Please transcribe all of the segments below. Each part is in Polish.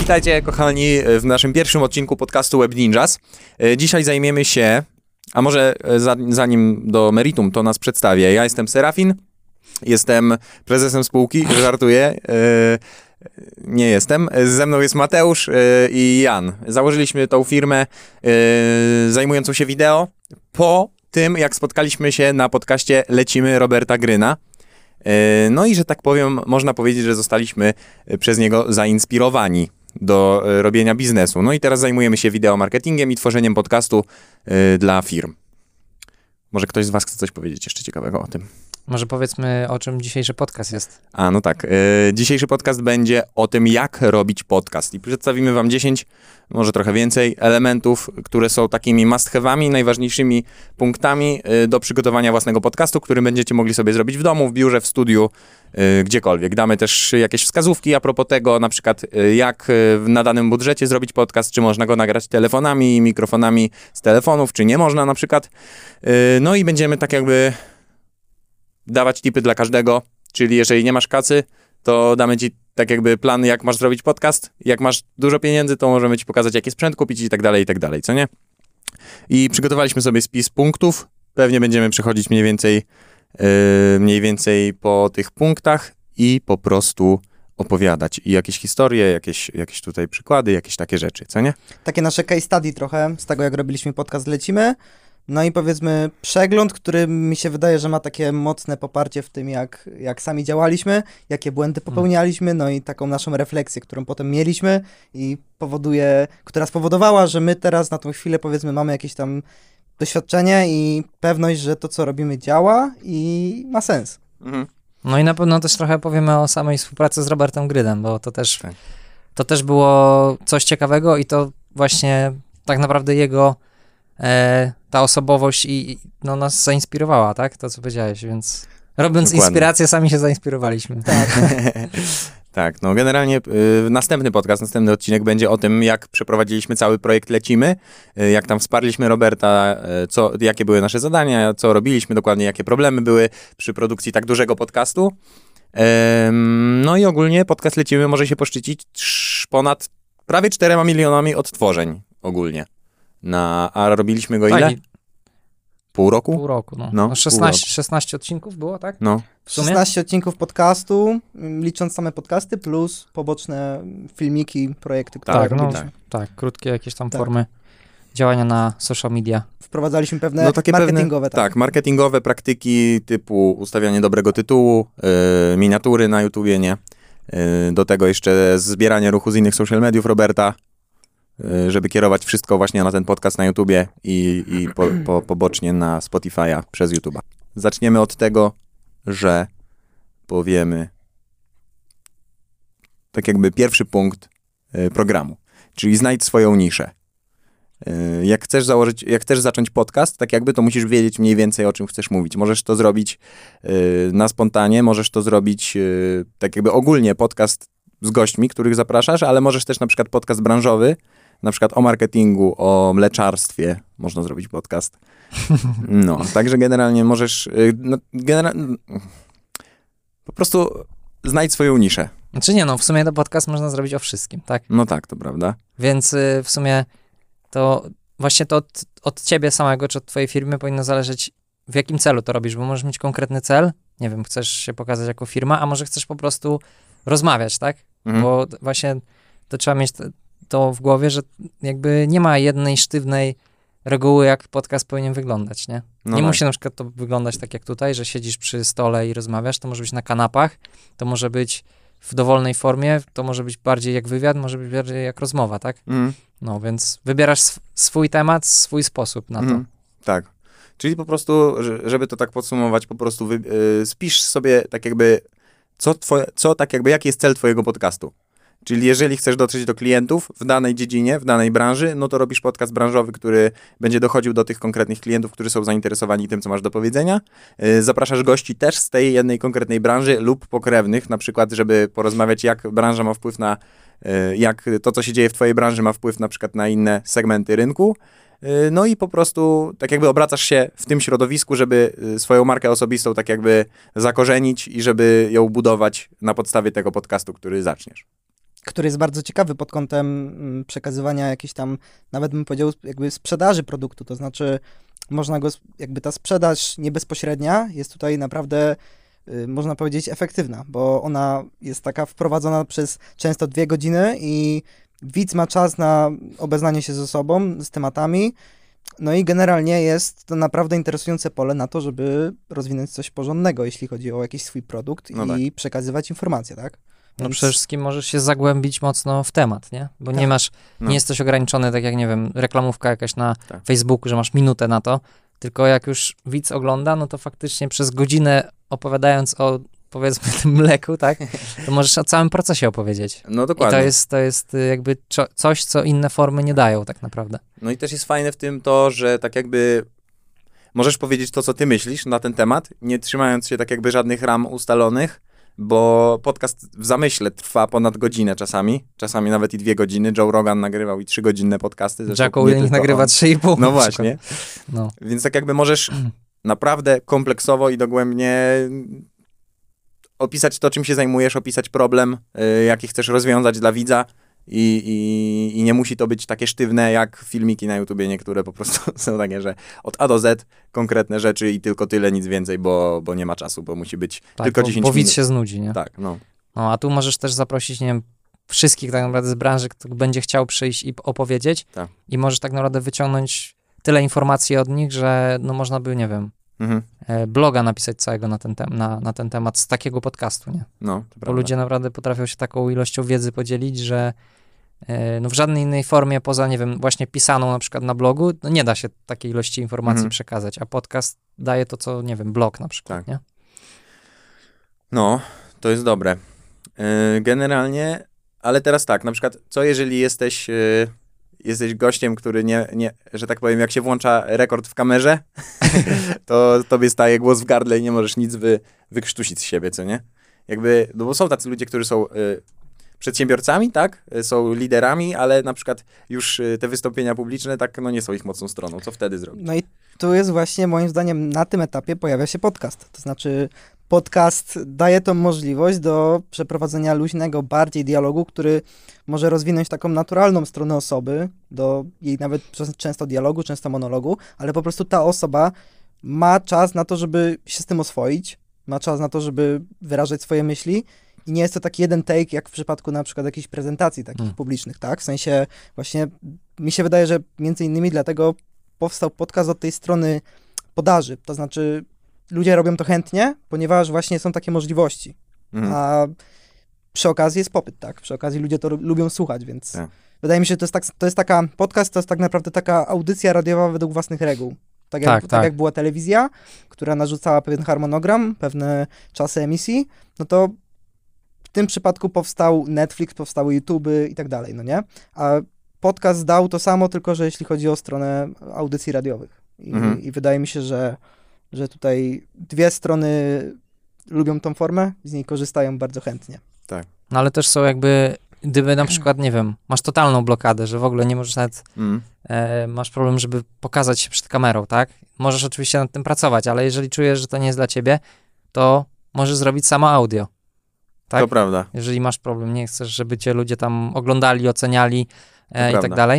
Witajcie, kochani, w naszym pierwszym odcinku podcastu Web Ninjas. Dzisiaj zajmiemy się, a może zanim do meritum, to nas przedstawię. Ja jestem Serafin, jestem prezesem spółki, żartuję, nie jestem. Ze mną jest Mateusz i Jan. Założyliśmy tą firmę zajmującą się wideo po tym, jak spotkaliśmy się na podcaście Lecimy Roberta Gryna. No i, że tak powiem, można powiedzieć, że zostaliśmy przez niego zainspirowani do robienia biznesu. No i teraz zajmujemy się wideomarketingiem i tworzeniem podcastu dla firm. Może ktoś z was chce coś powiedzieć jeszcze ciekawego o tym? Może powiedzmy, o czym dzisiejszy podcast jest. No tak. Dzisiejszy podcast będzie o tym, jak robić podcast. I przedstawimy wam 10, może trochę więcej elementów, które są takimi must-have'ami, najważniejszymi punktami do przygotowania własnego podcastu, który będziecie mogli sobie zrobić w domu, w biurze, w studiu, gdziekolwiek. Damy też jakieś wskazówki a propos tego, na przykład jak na danym budżecie zrobić podcast, czy można go nagrać telefonami, mikrofonami z telefonów, czy nie można na przykład. No i będziemy tak jakby dawać tipy dla każdego, czyli jeżeli nie masz kacy, to damy ci tak jakby plan, jak masz zrobić podcast. Jak masz dużo pieniędzy, to możemy ci pokazać, jaki sprzęt kupić i tak dalej, co nie? I przygotowaliśmy sobie spis punktów. Pewnie będziemy przechodzić mniej więcej po tych punktach i po prostu opowiadać. I jakieś historie, jakieś tutaj przykłady, jakieś takie rzeczy, co nie? Takie nasze case study trochę z tego, jak robiliśmy podcast Lecimy. No i powiedzmy przegląd, który mi się wydaje, że ma takie mocne poparcie w tym, jak sami działaliśmy, jakie błędy popełnialiśmy, no i taką naszą refleksję, którą potem mieliśmy i która spowodowała, że my teraz na tą chwilę powiedzmy mamy jakieś tam doświadczenie i pewność, że to, co robimy, działa i ma sens. Mhm. No i na pewno też trochę powiemy o samej współpracy z Robertem Grynem, bo to też było coś ciekawego i to właśnie tak naprawdę jego ta osobowość i nas zainspirowała, tak? To, co powiedziałeś, więc robiąc Dokładnie. Inspirację, sami się zainspirowaliśmy. Tak. Tak, no generalnie następny odcinek będzie o tym, jak przeprowadziliśmy cały projekt Lecimy, jak tam wsparliśmy Roberta, jakie były nasze zadania, co robiliśmy dokładnie, jakie problemy były przy produkcji tak dużego podcastu. No i ogólnie podcast Lecimy może się poszczycić ponad prawie 4 milionami odtworzeń ogólnie. A robiliśmy go ile? Pół roku? Pół roku, no 16 odcinków było, tak? No. W sumie? 16 odcinków podcastu, licząc same podcasty, plus poboczne filmiki, projekty, które robiliśmy. Tak, krótkie jakieś tam formy działania na social media. Wprowadzaliśmy pewne marketingowe. Marketingowe praktyki typu ustawianie dobrego tytułu, miniatury na YouTubie, nie? Do tego jeszcze zbieranie ruchu z innych social mediów Roberta, żeby kierować wszystko właśnie na ten podcast na YouTubie i pobocznie na Spotify'a przez YouTube'a. Zaczniemy od tego, że powiemy tak jakby pierwszy punkt programu, czyli znajdź swoją niszę. Jak chcesz zacząć podcast, tak jakby to musisz wiedzieć mniej więcej, o czym chcesz mówić. Możesz to zrobić na spontanie, możesz to zrobić tak jakby ogólnie podcast z gośćmi, których zapraszasz, ale możesz też na przykład podcast branżowy, na przykład o marketingu, o mleczarstwie można zrobić podcast. No, także generalnie możesz po prostu znajdź swoją niszę. Znaczy w sumie to podcast można zrobić o wszystkim, tak? No tak, to prawda. Więc w sumie to właśnie to od ciebie samego, czy od twojej firmy powinno zależeć, w jakim celu to robisz, bo możesz mieć konkretny cel, nie wiem, chcesz się pokazać jako firma, a może chcesz po prostu rozmawiać, tak? Bo właśnie to trzeba mieć to w głowie, że jakby nie ma jednej sztywnej reguły, jak podcast powinien wyglądać, nie? Nie musi na przykład to wyglądać tak jak tutaj, że siedzisz przy stole i rozmawiasz, to może być na kanapach, to może być w dowolnej formie, to może być bardziej jak wywiad, może być bardziej jak rozmowa, tak? No, więc wybierasz swój temat, swój sposób na to. Tak. Czyli po prostu, żeby to tak podsumować, po prostu spisz sobie tak jakby, jaki jest cel twojego podcastu. Czyli jeżeli chcesz dotrzeć do klientów w danej dziedzinie, w danej branży, no to robisz podcast branżowy, który będzie dochodził do tych konkretnych klientów, którzy są zainteresowani tym, co masz do powiedzenia. Zapraszasz gości też z tej jednej konkretnej branży lub pokrewnych, na przykład, żeby porozmawiać, jak branża ma wpływ na, jak to, co się dzieje w twojej branży, ma wpływ na przykład na inne segmenty rynku. No i po prostu tak jakby obracasz się w tym środowisku, żeby swoją markę osobistą tak jakby zakorzenić i żeby ją budować na podstawie tego podcastu, który zaczniesz. który jest bardzo ciekawy pod kątem przekazywania jakiejś tam, nawet bym powiedział, jakby sprzedaży produktu, to znaczy można go, jakby ta sprzedaż nie bezpośrednia jest tutaj naprawdę, można powiedzieć, efektywna, bo ona jest taka wprowadzona przez często 2 godziny i widz ma czas na obeznanie się ze sobą, z tematami, no i generalnie jest to naprawdę interesujące pole na to, żeby rozwinąć coś porządnego, jeśli chodzi o jakiś swój produkt i przekazywać informacje, tak? No Więc... przede wszystkim możesz się zagłębić mocno w temat, nie? Bo nie masz, nie jesteś ograniczony, tak jak, nie wiem, reklamówka jakaś na Facebooku, że masz minutę na to, tylko jak już widz ogląda, no to faktycznie przez godzinę opowiadając o, powiedzmy, tym mleku, tak? To możesz o całym procesie opowiedzieć. No dokładnie. I to jest jakby coś, co inne formy nie dają tak naprawdę. No i też jest fajne w tym to, że tak jakby możesz powiedzieć to, co ty myślisz na ten temat, nie trzymając się tak jakby żadnych ram ustalonych, bo podcast w zamyśle trwa ponad godzinę czasami nawet i 2 godziny. Joe Rogan nagrywał i 3-godzinne podcasty. Jacko Willink nagrywa 3,5. No właśnie. No. Więc tak jakby możesz naprawdę kompleksowo i dogłębnie opisać to, czym się zajmujesz, opisać problem, jaki chcesz rozwiązać dla widza i nie musi to być takie sztywne jak filmiki na YouTubie niektóre po prostu są takie, że od A do Z konkretne rzeczy i tylko tyle, nic więcej, bo nie ma czasu, bo musi być tylko 10 minut. Bo widz się znudzi, nie? Tak, no. No, a tu możesz też zaprosić, nie wiem, wszystkich tak naprawdę z branży, kto będzie chciał przyjść i opowiedzieć i możesz tak naprawdę wyciągnąć tyle informacji od nich, że no można by, nie wiem, bloga napisać całego na ten temat z takiego podcastu, nie? No, bo ludzie naprawdę potrafią się taką ilością wiedzy podzielić, że no w żadnej innej formie poza, nie wiem, właśnie pisaną na przykład na blogu, no nie da się takiej ilości informacji przekazać, a podcast daje to, co, nie wiem, blog na przykład, nie? No, to jest dobre. Generalnie, ale teraz tak, na przykład, co jeżeli jesteś gościem, który nie, że tak powiem, jak się włącza rekord w kamerze, to tobie staje głos w gardle i nie możesz nic wykrztusić z siebie, co nie? Jakby, no bo są tacy ludzie, którzy są przedsiębiorcami, tak? Są liderami, ale na przykład już te wystąpienia publiczne tak, no nie są ich mocną stroną. Co wtedy zrobić? No i tu jest właśnie, moim zdaniem, na tym etapie pojawia się podcast. To znaczy podcast daje tą możliwość do przeprowadzenia luźnego bardziej dialogu, który może rozwinąć taką naturalną stronę osoby, do jej nawet często dialogu, często monologu, ale po prostu ta osoba ma czas na to, żeby się z tym oswoić, ma czas na to, żeby wyrażać swoje myśli i nie jest to taki jeden take, jak w przypadku na przykład jakichś prezentacji takich publicznych, tak? W sensie właśnie mi się wydaje, że między innymi dlatego powstał podcast od tej strony podaży, to znaczy ludzie robią to chętnie, ponieważ właśnie są takie możliwości, a przy okazji jest popyt, tak? Przy okazji ludzie to lubią słuchać, więc wydaje mi się, że to jest taka, podcast to jest tak naprawdę taka audycja radiowa według własnych reguł. Tak jak była telewizja, która narzucała pewien harmonogram, pewne czasy emisji, no to w tym przypadku powstał Netflix, powstały YouTube'y i tak dalej, no nie? A podcast dał to samo, tylko że jeśli chodzi o stronę audycji radiowych. I wydaje mi się, że tutaj 2 strony lubią tą formę, z niej korzystają bardzo chętnie. Tak. No ale też są jakby, gdyby na przykład, nie wiem, masz totalną blokadę, że w ogóle nie możesz nawet, masz problem, żeby pokazać się przed kamerą, tak? Możesz oczywiście nad tym pracować, ale jeżeli czujesz, że to nie jest dla ciebie, to możesz zrobić samo audio. Tak? To prawda. Jeżeli masz problem, nie chcesz, żeby cię ludzie tam oglądali, oceniali i tak dalej.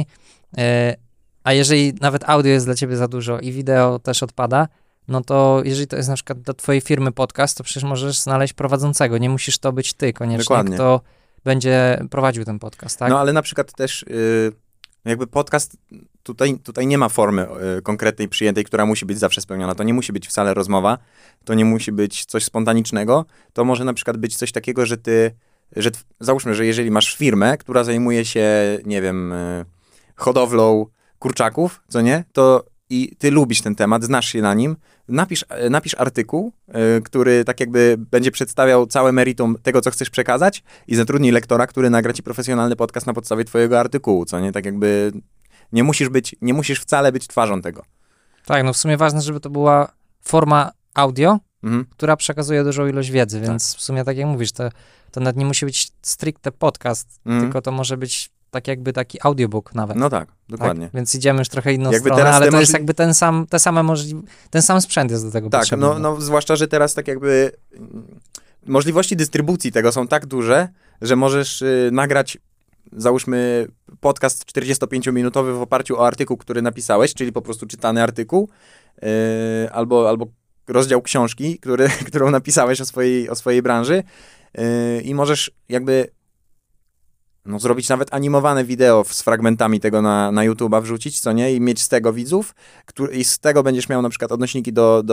A jeżeli nawet audio jest dla ciebie za dużo i wideo też odpada, no to jeżeli to jest na przykład dla twojej firmy podcast, to przecież możesz znaleźć prowadzącego. Nie musisz to być ty koniecznie, Dokładnie. Kto będzie prowadził ten podcast, tak? No ale na przykład też jakby podcast, tutaj nie ma formy konkretnej, przyjętej, która musi być zawsze spełniona. To nie musi być wcale rozmowa, to nie musi być coś spontanicznego. To może na przykład być coś takiego, że załóżmy, że jeżeli masz firmę, która zajmuje się, nie wiem, hodowlą kurczaków, co nie, to i ty lubisz ten temat, znasz się na nim, napisz artykuł, który tak jakby będzie przedstawiał całe meritum tego, co chcesz przekazać i zatrudnij lektora, który nagra ci profesjonalny podcast na podstawie twojego artykułu, co nie? Tak jakby nie musisz wcale być twarzą tego. Tak, no w sumie ważne, żeby to była forma audio, która przekazuje dużą ilość wiedzy, więc w sumie tak jak mówisz, to nawet nie musi być stricte podcast, tylko to może być tak jakby taki audiobook nawet. No tak, dokładnie. Tak? Więc idziemy już trochę inną stronę, ale to jest jakby ten sam sprzęt jest do tego potrzebny. No zwłaszcza, że teraz tak jakby możliwości dystrybucji tego są tak duże, że możesz nagrać, załóżmy, podcast 45-minutowy w oparciu o artykuł, który napisałeś, czyli po prostu czytany artykuł, albo rozdział książki, którą napisałeś o swojej branży, i możesz jakby zrobić nawet animowane wideo z fragmentami tego na YouTube'a wrzucić, co nie? I mieć z tego widzów, i z tego będziesz miał na przykład odnośniki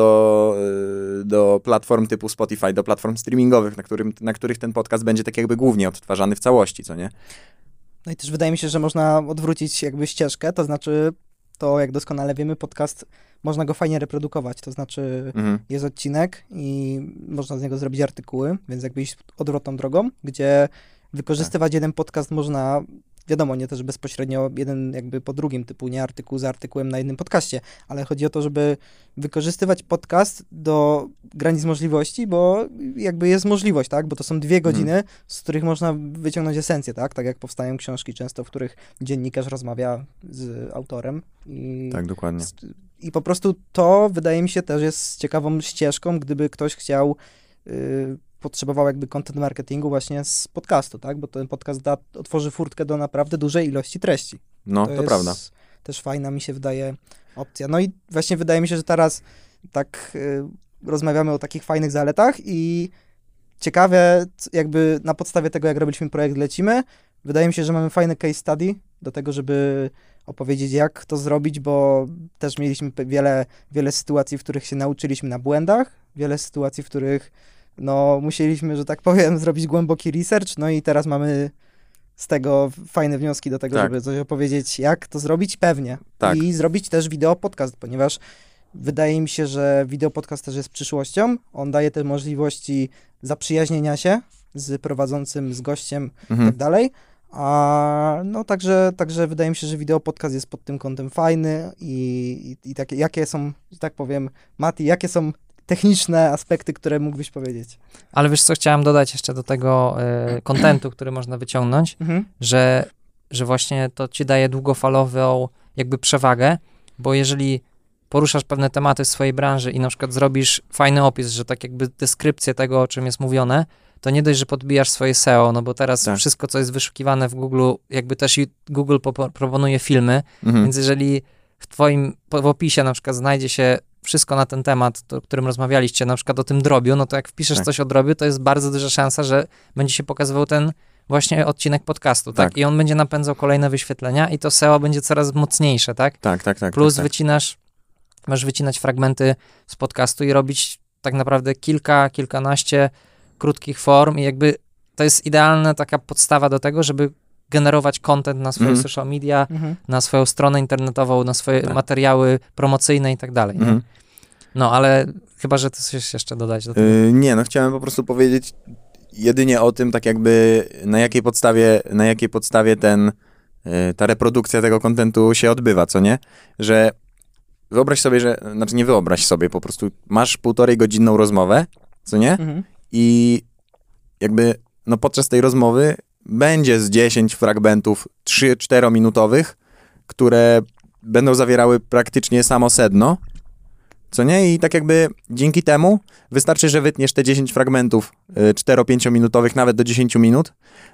do platform typu Spotify, do platform streamingowych, na których ten podcast będzie tak jakby głównie odtwarzany w całości, co nie? No i też wydaje mi się, że można odwrócić jakby ścieżkę, to znaczy to, jak doskonale wiemy, podcast można go fajnie reprodukować, to znaczy jest odcinek i można z niego zrobić artykuły, więc jakby iść odwrotną drogą, gdzie wykorzystywać jeden podcast można, wiadomo, nie też bezpośrednio jeden jakby po drugim, typu nie artykuł za artykułem na jednym podcaście, ale chodzi o to, żeby wykorzystywać podcast do granic możliwości, bo jakby jest możliwość, tak, bo to są 2 godziny, z których można wyciągnąć esencję, tak jak powstają książki często, w których dziennikarz rozmawia z autorem. Tak, dokładnie. I po prostu to, wydaje mi się, też jest ciekawą ścieżką, gdyby ktoś chciał potrzebował jakby content marketingu właśnie z podcastu, tak? Bo ten podcast otworzy furtkę do naprawdę dużej ilości treści. No, to prawda. Też fajna, mi się wydaje, opcja. No i właśnie wydaje mi się, że teraz tak rozmawiamy o takich fajnych zaletach i ciekawe, jakby na podstawie tego, jak robiliśmy projekt Lecimy, wydaje mi się, że mamy fajny case study do tego, żeby opowiedzieć, jak to zrobić, bo też mieliśmy wiele sytuacji, w których się nauczyliśmy na błędach, wiele sytuacji, w których musieliśmy, że tak powiem, zrobić głęboki research, no i teraz mamy z tego fajne wnioski do tego, żeby coś opowiedzieć, jak to zrobić pewnie. Tak. I zrobić też wideo podcast, ponieważ wydaje mi się, że wideo podcast też jest przyszłością. On daje te możliwości zaprzyjaźnienia się z prowadzącym, z gościem i tak dalej. Także wydaje mi się, że wideo podcast jest pod tym kątem fajny i takie, jakie są, że tak powiem, Mati, jakie są techniczne aspekty, które mógłbyś powiedzieć. Ale wiesz co, chciałem dodać jeszcze do tego kontentu, który można wyciągnąć, że właśnie to ci daje długofalową jakby przewagę, bo jeżeli poruszasz pewne tematy w swojej branży i na przykład zrobisz fajny opis, że tak jakby deskrypcję tego, o czym jest mówione, to nie dość, że podbijasz swoje SEO, no bo teraz wszystko, co jest wyszukiwane w Google, jakby też Google proponuje filmy, więc jeżeli w opisie na przykład znajdzie się wszystko na ten temat, o którym rozmawialiście, na przykład o tym drobiu, no to jak wpiszesz coś o drobiu, to jest bardzo duża szansa, że będzie się pokazywał ten właśnie odcinek podcastu, tak? I on będzie napędzał kolejne wyświetlenia i to SEO będzie coraz mocniejsze, tak? Tak. Plus masz wycinać fragmenty z podcastu i robić tak naprawdę kilkanaście krótkich form i jakby to jest idealna taka podstawa do tego, żeby generować content na swoje social media, na swoją stronę internetową, na swoje materiały promocyjne i tak dalej. No, ale chyba, że ty coś jeszcze dodać do tego. Nie, chciałem po prostu powiedzieć jedynie o tym, tak jakby na jakiej podstawie ta reprodukcja tego kontentu się odbywa, co nie? Że wyobraź sobie, nie wyobraź sobie, po prostu masz 1,5-godzinną rozmowę, co nie? I jakby podczas tej rozmowy będzie z 10 fragmentów 3-4 minutowych, które będą zawierały praktycznie samo sedno, co nie? I tak jakby dzięki temu wystarczy, że wytniesz te 10 fragmentów 4-5 minutowych, nawet do 10 minut,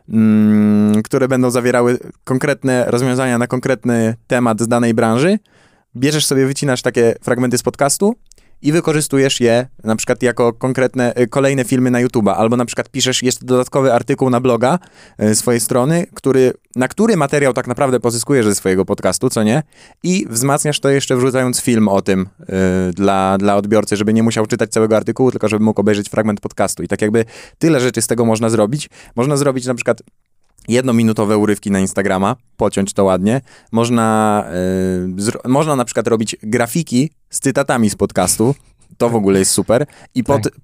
które będą zawierały konkretne rozwiązania na konkretny temat z danej branży. Bierzesz sobie, wycinasz takie fragmenty z podcastu i wykorzystujesz je na przykład jako kolejne filmy na YouTube'a, albo na przykład piszesz jeszcze dodatkowy artykuł na bloga swojej strony, na który materiał tak naprawdę pozyskujesz ze swojego podcastu, co nie? I wzmacniasz to jeszcze wrzucając film o tym dla odbiorcy, żeby nie musiał czytać całego artykułu, tylko żeby mógł obejrzeć fragment podcastu. I tak jakby tyle rzeczy z tego można zrobić. Można zrobić na przykład 1-minutowe urywki na Instagrama, pociąć to ładnie. Można na przykład robić grafiki z cytatami z podcastu. To w ogóle jest super. I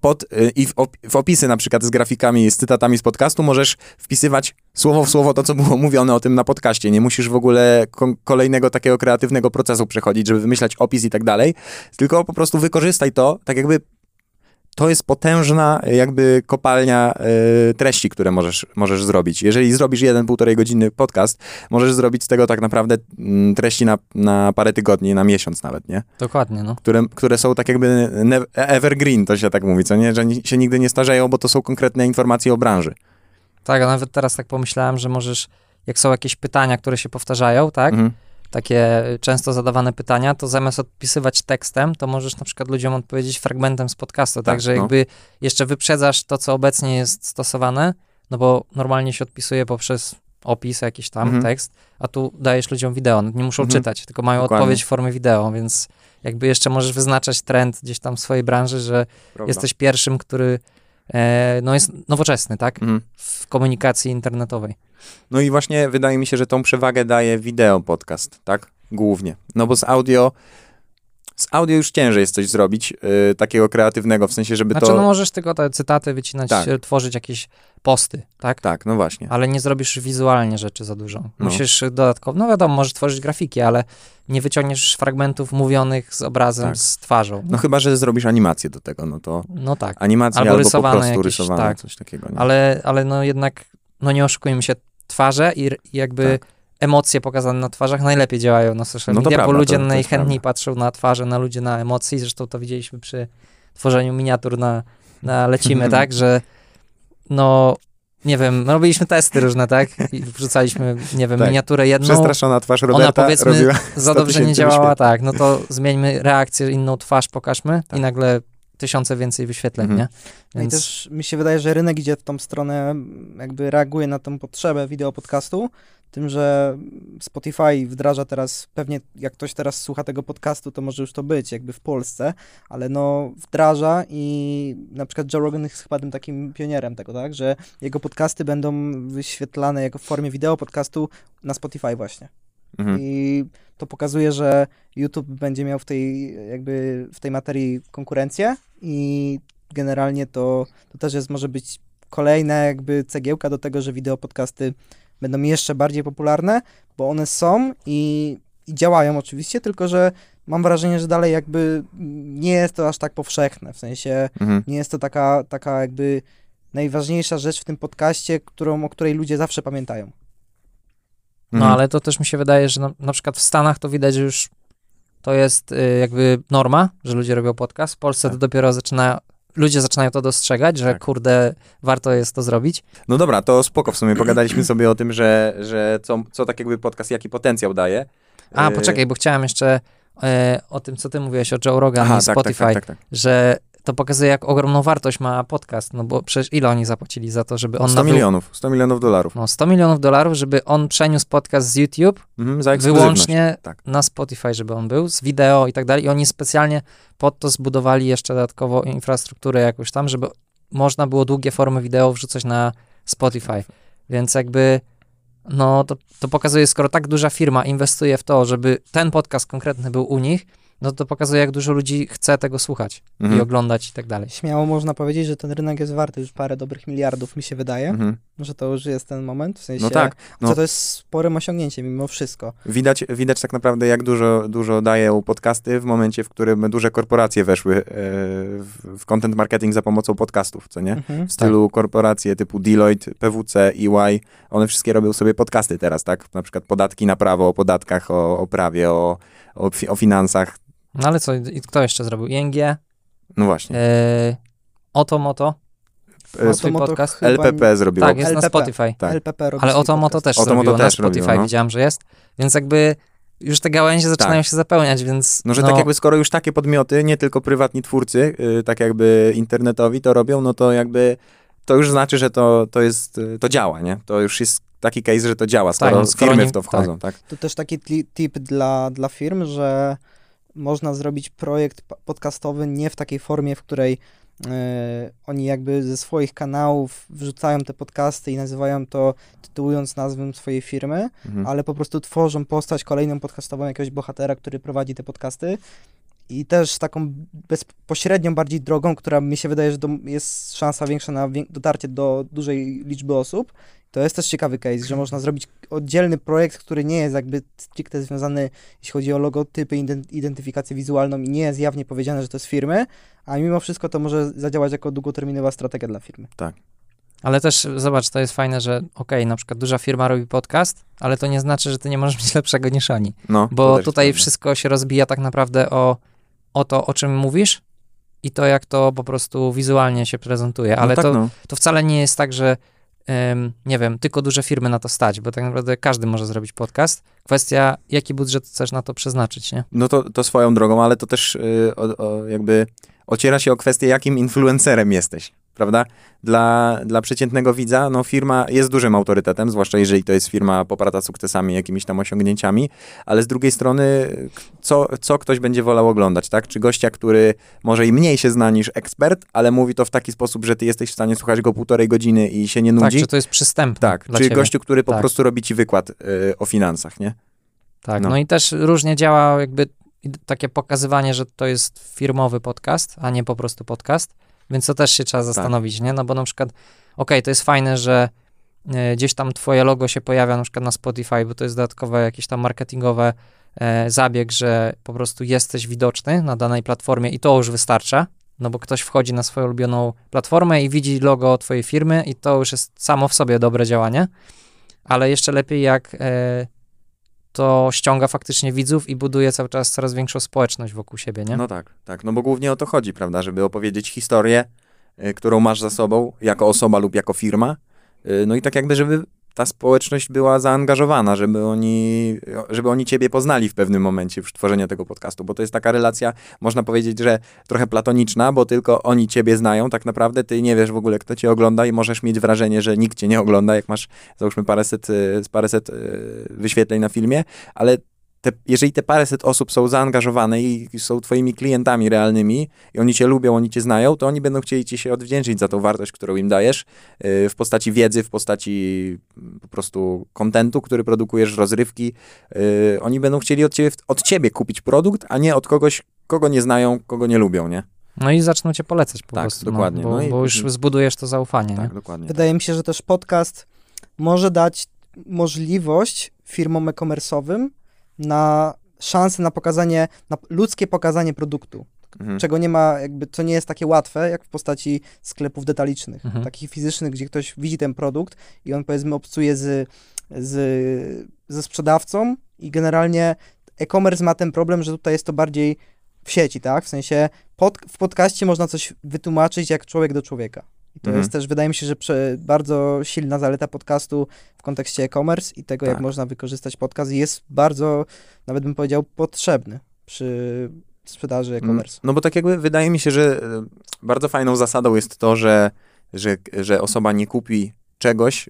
w opisy na przykład z grafikami, z cytatami z podcastu możesz wpisywać słowo w słowo to, co było mówione o tym na podcaście. Nie musisz w ogóle kolejnego takiego kreatywnego procesu przechodzić, żeby wymyślać opis i tak dalej. Tylko po prostu wykorzystaj to, tak jakby to jest potężna jakby kopalnia treści, które możesz zrobić. Jeżeli zrobisz 1,5 godziny podcast, możesz zrobić z tego tak naprawdę treści na parę tygodni, na miesiąc nawet, nie? Dokładnie, no. Które są tak jakby evergreen, to się tak mówi, co nie? Że się nigdy nie starzeją, bo to są konkretne informacje o branży. Tak, a nawet teraz tak pomyślałem, że możesz, jak są jakieś pytania, które się powtarzają, tak? Takie często zadawane pytania, to zamiast odpisywać tekstem, to możesz na przykład ludziom odpowiedzieć fragmentem z podcastu, tak, że jakby jeszcze wyprzedzasz to, co obecnie jest stosowane, no bo normalnie się odpisuje poprzez opis, jakiś tam tekst, a tu dajesz ludziom wideo, nie muszą czytać, tylko mają odpowiedź w formie wideo, więc jakby jeszcze możesz wyznaczać trend gdzieś tam w swojej branży, że jesteś pierwszym, który no jest nowoczesny, tak, w komunikacji internetowej. No i właśnie wydaje mi się, że tą przewagę daje wideo podcast, tak? Głównie. No bo z audio już ciężej jest coś zrobić, takiego kreatywnego, w sensie, żeby no możesz tylko te cytaty wycinać, tworzyć jakieś posty, tak? Tak, no właśnie. Ale nie zrobisz wizualnie rzeczy za dużo. Musisz dodatkowo, no wiadomo, możesz tworzyć grafiki, ale nie wyciągniesz fragmentów mówionych z obrazem, z twarzą. No chyba, że zrobisz animację do tego, no to tak. Animację albo po prostu rysowane, coś takiego. Nie? Ale no jednak, no nie oszukujmy się, twarze i jakby emocje pokazane na twarzach najlepiej działają na social media, bo ludzie najchętniej patrzą na twarze, na ludzi, na emocje. Zresztą to widzieliśmy przy tworzeniu miniatur na Lecimy, tak, że no, nie wiem, robiliśmy testy różne, tak, i wrzucaliśmy, nie wiem, miniaturę jedną. Przestraszona twarz Roberta ona powiedzmy za dobrze nie działała, tak, no to zmieńmy reakcję, inną twarz pokażmy i nagle tysiące więcej wyświetleń, nie? Więc... I też mi się wydaje, że rynek idzie w tą stronę, jakby reaguje na tą potrzebę wideo podcastu, tym, że Spotify wdraża teraz, pewnie jak ktoś teraz słucha tego podcastu, to może już to być jakby w Polsce, ale no wdraża i na przykład Joe Rogan jest chyba tym takim pionierem tego, tak, że jego podcasty będą wyświetlane jako w formie wideo podcastu na Spotify właśnie. I to pokazuje, że YouTube będzie miał w tej materii konkurencję i generalnie to też może być kolejna jakby cegiełka do tego, że wideo podcasty będą jeszcze bardziej popularne, bo one są i działają oczywiście, tylko że mam wrażenie, że dalej jakby nie jest to aż tak powszechne, w sensie nie jest to taka jakby najważniejsza rzecz w tym podcaście, o której ludzie zawsze pamiętają. No ale to też mi się wydaje, że na przykład w Stanach to widać, że już to jest jakby norma, że ludzie robią podcast. W Polsce to dopiero ludzie zaczynają to dostrzegać, że kurde, warto jest to zrobić. No dobra, to spoko w sumie. Pogadaliśmy sobie o tym, że co tak jakby podcast, jaki potencjał daje. Poczekaj, bo chciałem jeszcze o tym, co ty mówiłeś o Joe Rogan i Spotify, że to pokazuje, jak ogromną wartość ma podcast, no bo przecież ile oni zapłacili za to, żeby on... 100 milionów dolarów. No, $100 milionów, żeby on przeniósł podcast z YouTube za wyłącznie na Spotify, żeby on był, z wideo i tak dalej. I oni specjalnie pod to zbudowali jeszcze dodatkowo infrastrukturę jakąś tam, żeby można było długie formy wideo wrzucać na Spotify. Więc jakby, no to pokazuje, skoro tak duża firma inwestuje w to, żeby ten podcast konkretny był u nich, no to pokazuje, jak dużo ludzi chce tego słuchać i oglądać i tak dalej. Śmiało można powiedzieć, że ten rynek jest warty już parę dobrych miliardów, mi się wydaje, że to już jest ten moment, w sensie, to jest sporym osiągnięciem mimo wszystko. Widać tak naprawdę, jak dużo dają podcasty w momencie, w którym duże korporacje weszły w content marketing za pomocą podcastów, co nie? W stylu korporacje typu Deloitte, PwC, EY, one wszystkie robią sobie podcasty teraz, tak? Na przykład podatki na prawo, o podatkach, o prawie, o finansach. No ale co, i kto jeszcze zrobił? ING? No właśnie. Oto swój podcast. LPP zrobiło. Tak, jest na Spotify. Tak. LPP robi ale Oto też zrobiło, na Spotify widziałem, że jest. Więc jakby już te gałęzie zaczynają się zapełniać, więc... No, że tak jakby skoro już takie podmioty, nie tylko prywatni twórcy, tak jakby internetowi to robią, no to jakby to już znaczy, że to działa, nie? To już jest taki case, że to działa, skoro firmy w to wchodzą, tak? To też taki tip dla firm, że można zrobić projekt podcastowy nie w takiej formie, w której oni jakby ze swoich kanałów wrzucają te podcasty i nazywają to, tytułując nazwą swojej firmy, ale po prostu tworzą postać kolejną podcastową jakiegoś bohatera, który prowadzi te podcasty. I też taką bezpośrednią bardziej drogą, która mi się wydaje, że jest szansa większa na dotarcie do dużej liczby osób, To jest też ciekawy case, że można zrobić oddzielny projekt, który nie jest jakby stricte związany, jeśli chodzi o logotypy, identyfikację wizualną i nie jest jawnie powiedziane, że to jest firmy, a mimo wszystko to może zadziałać jako długoterminowa strategia dla firmy. Tak. Ale też zobacz, to jest fajne, że na przykład duża firma robi podcast, ale to nie znaczy, że ty nie możesz być lepszego niż oni. No, Bo tutaj wszystko się rozbija tak naprawdę o to, o czym mówisz i to, jak to po prostu wizualnie się prezentuje. Ale to wcale nie jest tak, że nie wiem, tylko duże firmy na to stać, bo tak naprawdę każdy może zrobić podcast. Kwestia, jaki budżet chcesz na to przeznaczyć, nie? No to swoją drogą, ale to też jakby ociera się o kwestię, jakim influencerem jesteś, prawda? Dla przeciętnego widza, no firma jest dużym autorytetem, zwłaszcza jeżeli to jest firma poparta sukcesami, jakimiś tam osiągnięciami, ale z drugiej strony, co ktoś będzie wolał oglądać, tak? Czy gościa, który może i mniej się zna niż ekspert, ale mówi to w taki sposób, że ty jesteś w stanie słuchać go 1,5 godziny i się nie nudzi? Tak, czy to jest przystępne Tak, dla czy ciebie. gościu, który po prostu robi ci wykład o finansach, nie? Tak, no i też różnie działa jakby takie pokazywanie, że to jest firmowy podcast, a nie po prostu podcast, więc to też się trzeba zastanowić, nie? No bo na przykład, to jest fajne, że gdzieś tam twoje logo się pojawia na przykład na Spotify, bo to jest dodatkowe jakieś tam marketingowe zabieg, że po prostu jesteś widoczny na danej platformie i to już wystarcza, no bo ktoś wchodzi na swoją ulubioną platformę i widzi logo twojej firmy i to już jest samo w sobie dobre działanie, ale jeszcze lepiej jak to ściąga faktycznie widzów i buduje cały czas coraz większą społeczność wokół siebie, nie? No tak, no bo głównie o to chodzi, prawda, żeby opowiedzieć historię, którą masz za sobą, jako osoba lub jako firma, no i tak jakby, żeby ta społeczność była zaangażowana, żeby oni ciebie poznali w pewnym momencie w tworzeniu tego podcastu, bo to jest taka relacja, można powiedzieć, że trochę platoniczna, bo tylko oni ciebie znają, tak naprawdę ty nie wiesz w ogóle, kto cię ogląda i możesz mieć wrażenie, że nikt cię nie ogląda, jak masz, załóżmy, paręset wyświetleń na filmie, ale jeżeli te paręset osób są zaangażowane i są twoimi klientami realnymi i oni cię lubią, oni cię znają, to oni będą chcieli ci się odwdzięczyć za tą wartość, którą im dajesz w postaci wiedzy, w postaci po prostu kontentu, który produkujesz, rozrywki. Oni będą chcieli od ciebie kupić produkt, a nie od kogoś, kogo nie znają, kogo nie lubią, nie? No i zaczną cię polecać po prostu. Dokładnie. Bo już zbudujesz to zaufanie, tak, nie? Dokładnie. Wydaje mi się, że też podcast może dać możliwość firmom e-commerce'owym na szansę na pokazanie, na ludzkie pokazanie produktu, czego nie ma, jakby, co nie jest takie łatwe, jak w postaci sklepów detalicznych, takich fizycznych, gdzie ktoś widzi ten produkt i on, powiedzmy, obcuje ze sprzedawcą i generalnie e-commerce ma ten problem, że tutaj jest to bardziej w sieci, tak? W sensie w podcaście można coś wytłumaczyć jak człowiek do człowieka. I to jest też, wydaje mi się, że bardzo silna zaleta podcastu w kontekście e-commerce i tego, jak można wykorzystać podcast, jest bardzo, nawet bym powiedział, potrzebny przy sprzedaży e-commerce. No bo tak jakby wydaje mi się, że bardzo fajną zasadą jest to, że osoba nie kupi czegoś,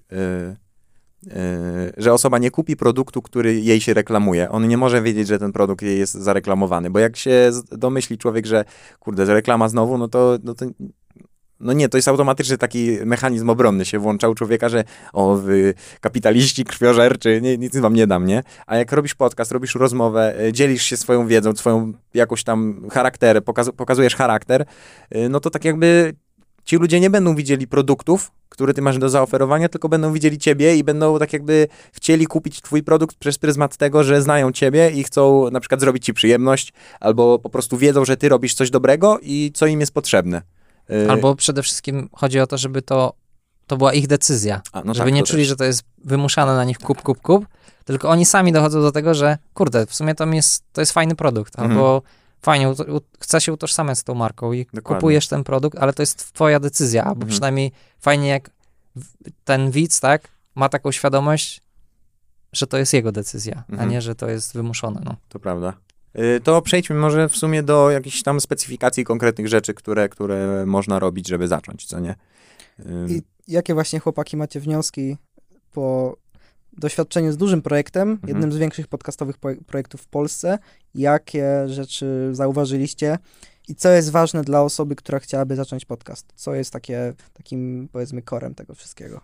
że osoba nie kupi produktu, który jej się reklamuje. On nie może wiedzieć, że ten produkt jej jest zareklamowany, bo jak się domyśli człowiek, że kurde, reklama znowu, no nie, to jest automatycznie taki mechanizm obronny się włącza u człowieka, że wy kapitaliści, krwiożerczy, nic wam nie dam, nie? A jak robisz podcast, robisz rozmowę, dzielisz się swoją wiedzą, swoją jakąś tam charakter, pokazujesz charakter, no to tak jakby ci ludzie nie będą widzieli produktów, które ty masz do zaoferowania, tylko będą widzieli ciebie i będą tak jakby chcieli kupić twój produkt przez pryzmat tego, że znają ciebie i chcą na przykład zrobić ci przyjemność, albo po prostu wiedzą, że ty robisz coś dobrego i co im jest potrzebne. Albo przede wszystkim chodzi o to, żeby to była ich decyzja. Żeby nie czuli, że to jest wymuszane na nich kup, tylko oni sami dochodzą do tego, że kurde, w sumie to jest fajny produkt, albo fajnie, chcę się utożsamiać z tą marką i kupujesz ten produkt, ale to jest twoja decyzja, albo przynajmniej fajnie jak ten widz, tak, ma taką świadomość, że to jest jego decyzja, a nie, że to jest wymuszone. No. To prawda. To przejdźmy może w sumie do jakichś tam specyfikacji konkretnych rzeczy, które można robić, żeby zacząć, co nie? I jakie właśnie, chłopaki, macie wnioski po doświadczeniu z dużym projektem, jednym z większych podcastowych projektów w Polsce? Jakie rzeczy zauważyliście i co jest ważne dla osoby, która chciałaby zacząć podcast? Co jest takim, powiedzmy, korem tego wszystkiego?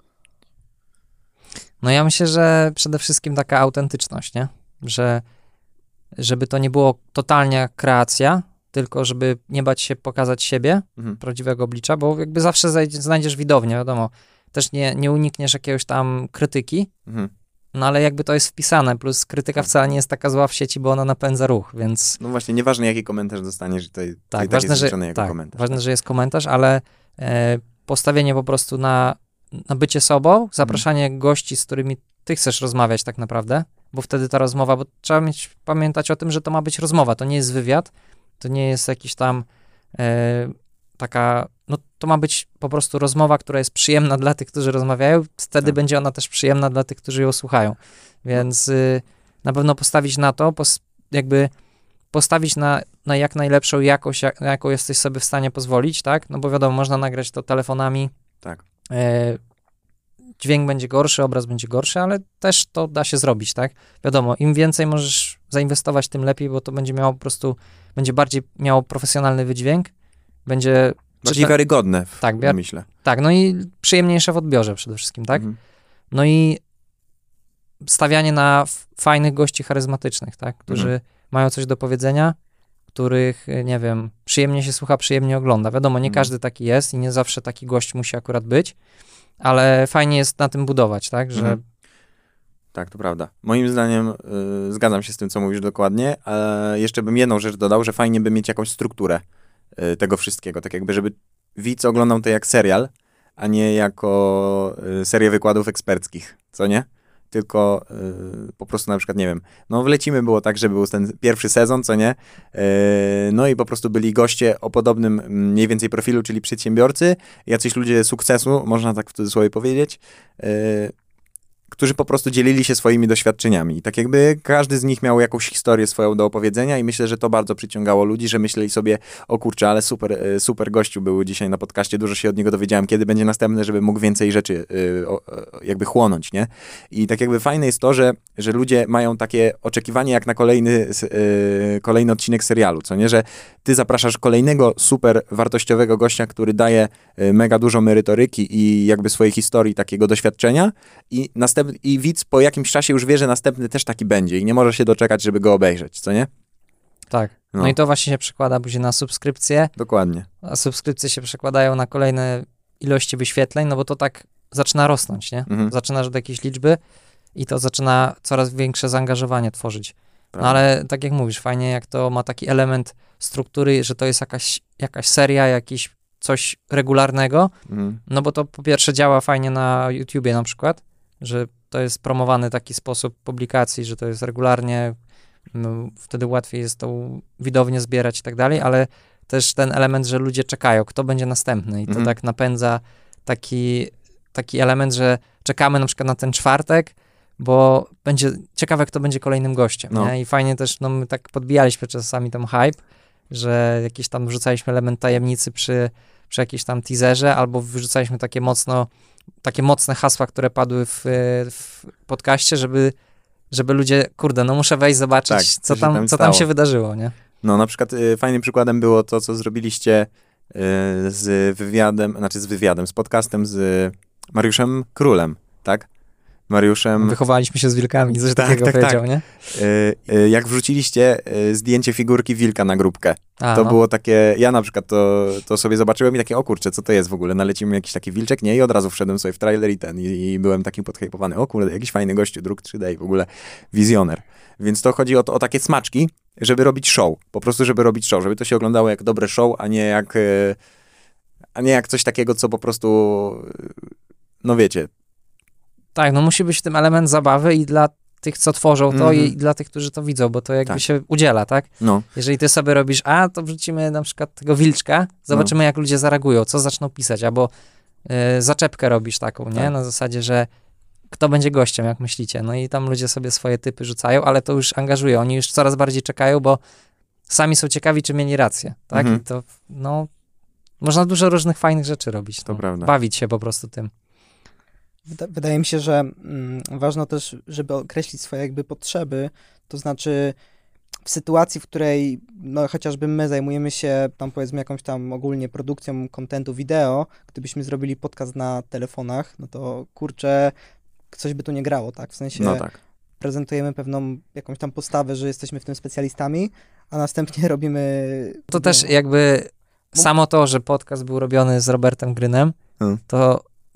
No ja myślę, że przede wszystkim taka autentyczność, nie? Żeby to nie było totalnie kreacja, tylko żeby nie bać się pokazać siebie, prawdziwego oblicza, bo jakby zawsze znajdziesz widownię, wiadomo. też nie unikniesz jakiegoś tam krytyki, Mhm. no ale jakby to jest wpisane, plus krytyka Tak. wcale nie jest taka zła w sieci, bo ona napędza ruch, więc No właśnie, nieważne jaki komentarz dostaniesz, to i tak ważne, jest że, liczone jako komentarz. ważne, tak? że jest komentarz, ale postawienie po prostu na bycie sobą, zapraszanie gości, z którymi ty chcesz rozmawiać tak naprawdę, bo wtedy ta rozmowa, bo trzeba pamiętać o tym, że to ma być rozmowa, to nie jest wywiad, to nie jest jakiś tam taka, no to ma być po prostu rozmowa, która jest przyjemna dla tych, którzy rozmawiają, wtedy Tak. będzie ona też przyjemna dla tych, którzy ją słuchają, więc na pewno postawić na to, jakby postawić na jak najlepszą jakość, jaką jesteś sobie w stanie pozwolić, tak, no bo wiadomo, można nagrać to telefonami, Tak. Dźwięk będzie gorszy, obraz będzie gorszy, ale też to da się zrobić, tak? Wiadomo, im więcej możesz zainwestować, tym lepiej, bo to będzie miało po prostu, będzie bardziej miało profesjonalny wydźwięk, będzie... Bardziej wiarygodne, tak, myślę. tak, no i przyjemniejsze w odbiorze przede wszystkim, tak? Mhm. No i stawianie na fajnych gości charyzmatycznych, tak? Którzy mają coś do powiedzenia, których, nie wiem, przyjemnie się słucha, przyjemnie ogląda. Wiadomo, nie każdy taki jest i nie zawsze taki gość musi akurat być, ale fajnie jest na tym budować, tak, że... Tak, to prawda. Moim zdaniem zgadzam się z tym, co mówisz dokładnie, ale jeszcze bym jedną rzecz dodał, że fajnie by mieć jakąś strukturę tego wszystkiego, tak jakby, żeby widz oglądał to jak serial, a nie jako serię wykładów eksperckich, co nie? Tylko po prostu na przykład, nie wiem, no w Lecimy było tak, że był ten pierwszy sezon, co nie? No i po prostu byli goście o podobnym mniej więcej profilu, czyli przedsiębiorcy, jacyś ludzie sukcesu, można tak w cudzysłowie powiedzieć, którzy po prostu dzielili się swoimi doświadczeniami. I tak jakby każdy z nich miał jakąś historię swoją do opowiedzenia i myślę, że to bardzo przyciągało ludzi, że myśleli sobie, o kurczę, ale super gościu był dzisiaj na podcaście, dużo się od niego dowiedziałem, kiedy będzie następny, żeby mógł więcej rzeczy jakby chłonąć, nie? I tak jakby fajne jest to, że ludzie mają takie oczekiwanie jak na kolejny odcinek serialu, co nie? Że ty zapraszasz kolejnego super wartościowego gościa, który daje mega dużo merytoryki i jakby swojej historii, takiego doświadczenia i widz po jakimś czasie już wie, że następny też taki będzie i nie może się doczekać, żeby go obejrzeć, co nie? Tak. No i to właśnie się przekłada później na subskrypcje, Dokładnie. a subskrypcje się przekładają na kolejne ilości wyświetleń, no bo to tak zaczyna rosnąć, nie? Mhm. Zaczynasz do jakiejś liczby i to zaczyna coraz większe zaangażowanie tworzyć. No ale tak jak mówisz, fajnie jak to ma taki element struktury, że to jest jakaś seria, jakiś coś regularnego, no bo to po pierwsze działa fajnie na YouTubie na przykład, że to jest promowany taki sposób publikacji, że to jest regularnie, no, wtedy łatwiej jest tą widownię zbierać i tak dalej, ale też ten element, że ludzie czekają, kto będzie następny i to tak napędza taki element, że czekamy na przykład na ten czwartek, bo będzie ciekawe, kto będzie kolejnym gościem, nie? I fajnie też, no my tak podbijaliśmy czasami tam hype, że jakiś tam wrzucaliśmy element tajemnicy przy jakiejś tam teaserze, albo wyrzucaliśmy takie mocne hasła, które padły w podcaście, żeby ludzie, kurde, no muszę wejść zobaczyć, tak, co tam się wydarzyło, nie? No na przykład fajnym przykładem było to, co zrobiliście z podcastem z Mariuszem Królem, tak? Mariuszem... Wychowaliśmy się z wilkami, coś takiego powiedział, nie? Jak wrzuciliście zdjęcie figurki wilka na grupkę, To było takie, ja na przykład to sobie zobaczyłem i takie, o kurczę, co to jest w ogóle, nalecimy jakiś taki wilczek, nie? I od razu wszedłem sobie w trailer i byłem takim podhypowany, o kurde, jakiś fajny gościu, druk 3D i w ogóle wizjoner. Więc to chodzi o takie smaczki, żeby robić show, po prostu żeby robić show, żeby to się oglądało jak dobre show, a nie jak coś takiego, co po prostu, no wiecie. Tak, no musi być w tym element zabawy i dla tych, co tworzą to i dla tych, którzy to widzą, bo to jakby się udziela, tak? No. Jeżeli ty sobie robisz, to wrzucimy na przykład tego wilczka, zobaczymy jak ludzie zareagują, co zaczną pisać, albo zaczepkę robisz taką, nie? Tak. Na zasadzie, że kto będzie gościem, jak myślicie? No i tam ludzie sobie swoje typy rzucają, ale to już angażuje, oni już coraz bardziej czekają, bo sami są ciekawi, czy mieli rację, tak? I to, no, można dużo różnych fajnych rzeczy robić. To prawda. Bawić się po prostu tym. Wydaje mi się, że ważno też, żeby określić swoje jakby potrzeby, to znaczy w sytuacji, w której no chociażby my zajmujemy się tam powiedzmy jakąś tam ogólnie produkcją kontentu wideo, gdybyśmy zrobili podcast na telefonach, no to kurczę, coś by tu nie grało, tak? W sensie prezentujemy pewną jakąś tam postawę, że jesteśmy w tym specjalistami, a następnie robimy... To też jakby samo to, że podcast był robiony z Robertem Grynem, to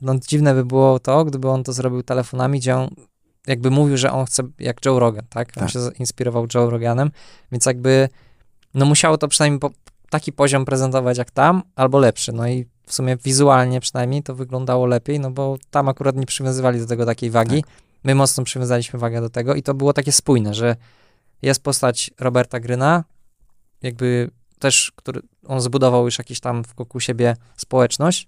no dziwne by było to, gdyby on to zrobił telefonami, gdzie on jakby mówił, że on chce jak Joe Rogan, tak? On Tak. się inspirował Joe Roganem, więc jakby no musiało to przynajmniej taki poziom prezentować jak tam, albo lepszy. No i w sumie wizualnie przynajmniej to wyglądało lepiej, no bo tam akurat nie przywiązywali do tego takiej wagi. My mocno przywiązaliśmy wagę do tego i to było takie spójne, że jest postać Roberta Gryna, jakby też, który on zbudował już jakiś tam wokół siebie społeczność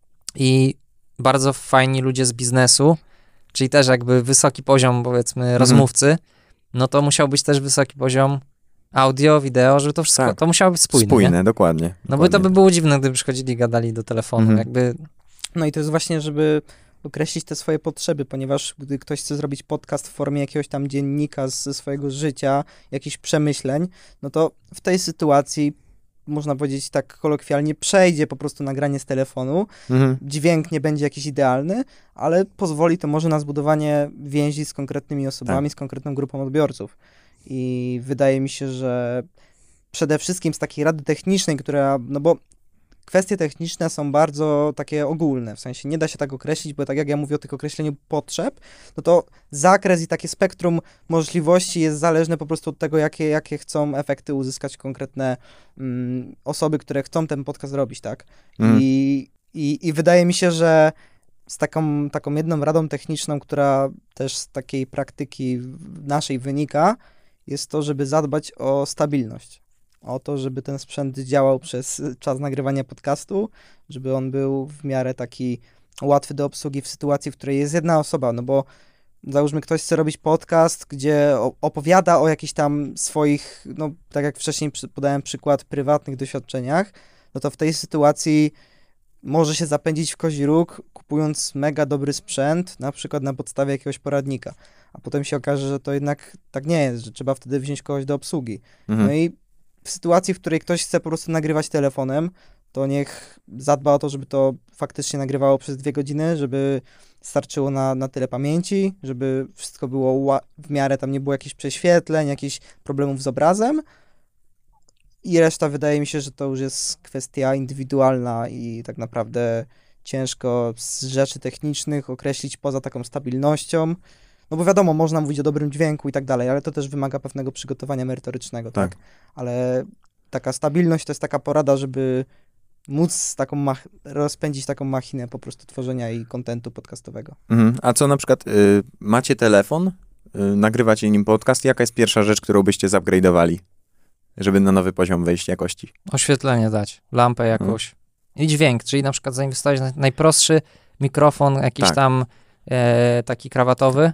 i bardzo fajni ludzie z biznesu, czyli też jakby wysoki poziom, powiedzmy, rozmówcy, no to musiał być też wysoki poziom audio, wideo, żeby to wszystko, Tak. to musiało być spójne, Spójne, nie? dokładnie. No bo to by było dziwne, gdyby przychodzili i gadali do telefonu, Mhm. jakby, No i to jest właśnie, żeby określić te swoje potrzeby, ponieważ gdy ktoś chce zrobić podcast w formie jakiegoś tam dziennika ze swojego życia, jakichś przemyśleń, no to w tej sytuacji, można powiedzieć tak kolokwialnie, przejdzie po prostu nagranie z telefonu, Mhm. dźwięk nie będzie jakiś idealny, ale pozwoli to może na zbudowanie więzi z konkretnymi osobami, z konkretną grupą odbiorców. I wydaje mi się, że przede wszystkim z takiej rady technicznej, która, no bo kwestie techniczne są bardzo takie ogólne, w sensie nie da się tak określić, bo tak jak ja mówię o tych określeniu potrzeb, no to zakres i takie spektrum możliwości jest zależne po prostu od tego, jakie chcą efekty uzyskać konkretne osoby, które chcą ten podcast robić, tak? Mhm. I wydaje mi się, że z taką jedną radą techniczną, która też z takiej praktyki naszej wynika, jest to, żeby zadbać o stabilność. O to, żeby ten sprzęt działał przez czas nagrywania podcastu, żeby on był w miarę taki łatwy do obsługi w sytuacji, w której jest jedna osoba, no bo załóżmy ktoś chce robić podcast, gdzie opowiada o jakichś tam swoich, no tak jak wcześniej podałem przykład, prywatnych doświadczeniach, no to w tej sytuacji może się zapędzić w kozi róg, kupując mega dobry sprzęt, na przykład na podstawie jakiegoś poradnika, a potem się okaże, że to jednak tak nie jest, że trzeba wtedy wziąć kogoś do obsługi. Mhm. No i w sytuacji, w której ktoś chce po prostu nagrywać telefonem, to niech zadba o to, żeby to faktycznie nagrywało przez 2 godziny, żeby starczyło na tyle pamięci, żeby wszystko było w miarę, tam nie było jakichś prześwietleń, jakichś problemów z obrazem. I reszta wydaje mi się, że to już jest kwestia indywidualna i tak naprawdę ciężko z rzeczy technicznych określić poza taką stabilnością. No bo wiadomo, można mówić o dobrym dźwięku i tak dalej, ale to też wymaga pewnego przygotowania merytorycznego, tak? Ale taka stabilność to jest taka porada, żeby móc rozpędzić taką machinę po prostu tworzenia i kontentu podcastowego. Mhm. A co na przykład, macie telefon, nagrywacie nim podcast, jaka jest pierwsza rzecz, którą byście zupgrade'owali, żeby na nowy poziom wejść jakości? oświetlenie dać, lampę jakąś i dźwięk, czyli na przykład zainwestować w najprostszy mikrofon, jakiś Tak. tam taki krawatowy,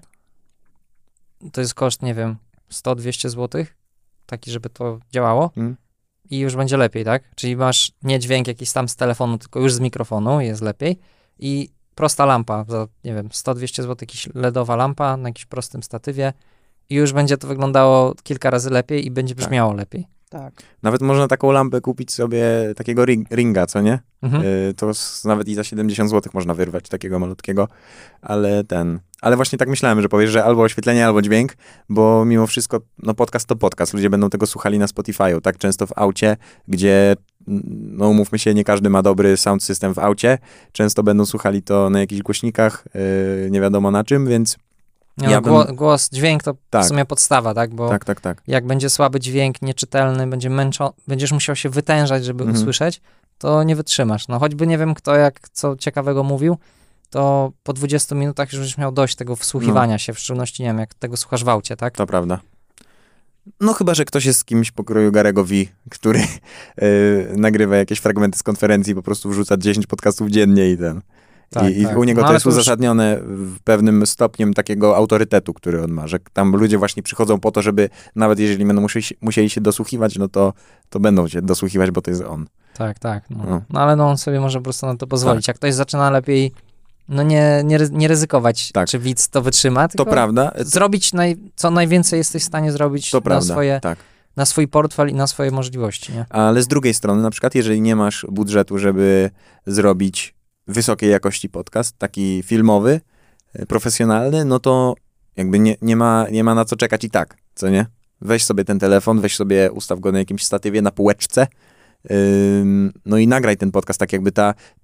to jest koszt, nie wiem, 100-200 zł, taki, żeby to działało i już będzie lepiej, tak? Czyli masz nie dźwięk jakiś tam z telefonu, tylko już z mikrofonu, jest lepiej i prosta lampa za, nie wiem, 100-200 zł, jakaś LEDowa lampa na jakimś prostym statywie i już będzie to wyglądało kilka razy lepiej i będzie brzmiało lepiej. Tak. Nawet można taką lampę kupić sobie, takiego ringa, co nie? Mhm. To nawet i za 70 zł można wyrwać takiego malutkiego, ale właśnie tak myślałem, że powiesz, że albo oświetlenie, albo dźwięk, bo mimo wszystko, no podcast to podcast, ludzie będą tego słuchali na Spotify'u, tak często w aucie, gdzie, no umówmy się, nie każdy ma dobry sound system w aucie, często będą słuchali to na jakichś głośnikach, nie wiadomo na czym, więc Nie, ja no, bym- głos, dźwięk to Tak. w sumie podstawa, tak? Bo tak. jak będzie słaby dźwięk, nieczytelny, będziesz musiał się wytężać, żeby usłyszeć, to nie wytrzymasz. No choćby nie wiem kto jak co ciekawego mówił, to po 20 minutach już będziesz miał dość tego wsłuchiwania się, w szczególności nie wiem, jak tego słuchasz w aucie, tak? To prawda. No chyba, że ktoś jest kimś pokroju Garego V, który nagrywa jakieś fragmenty z konferencji, po prostu wrzuca 10 podcastów dziennie i ten. Tak, I tak. u niego No, to ale jest to już- uzasadnione w pewnym stopniem takiego autorytetu, który on ma, że tam ludzie właśnie przychodzą po to, żeby nawet jeżeli będą musieli się dosłuchiwać, no to będą się dosłuchiwać, bo to jest on. Tak. No. No. No ale no on sobie może po prostu na to pozwolić. Tak. Jak ktoś zaczyna lepiej, no nie ryzykować, Tak. czy widz to wytrzyma, To tylko prawda, zrobić co najwięcej jesteś w stanie zrobić to na, prawda, tak. na swój portfel i na swoje możliwości, nie? Ale z drugiej strony, na przykład, jeżeli nie masz budżetu, żeby zrobić wysokiej jakości podcast, taki filmowy, profesjonalny, no to jakby nie ma na co czekać i tak, co nie? Weź sobie ten telefon, ustaw go na jakimś statywie, na półeczce, No i nagraj ten podcast, tak jakby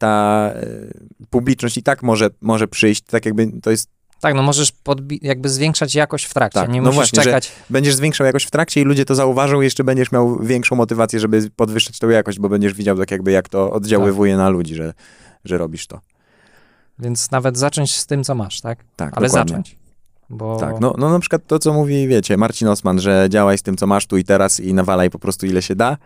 ta publiczność i tak może przyjść, tak jakby to jest. Tak, no możesz jakby zwiększać jakość w trakcie, Tak, nie no musisz właśnie, czekać. Będziesz zwiększał jakość w trakcie i ludzie to zauważą, jeszcze będziesz miał większą motywację, żeby podwyższyć tą jakość, bo będziesz widział tak jakby jak to oddziaływuje na ludzi, że robisz to. Więc nawet zacząć z tym, co masz, tak? Tak, ale dokładnie. zacząć. Bo... Tak, no na przykład to, co mówi, wiecie, Marcin Osman, że działaj z tym, co masz tu i teraz i nawalaj po prostu ile się da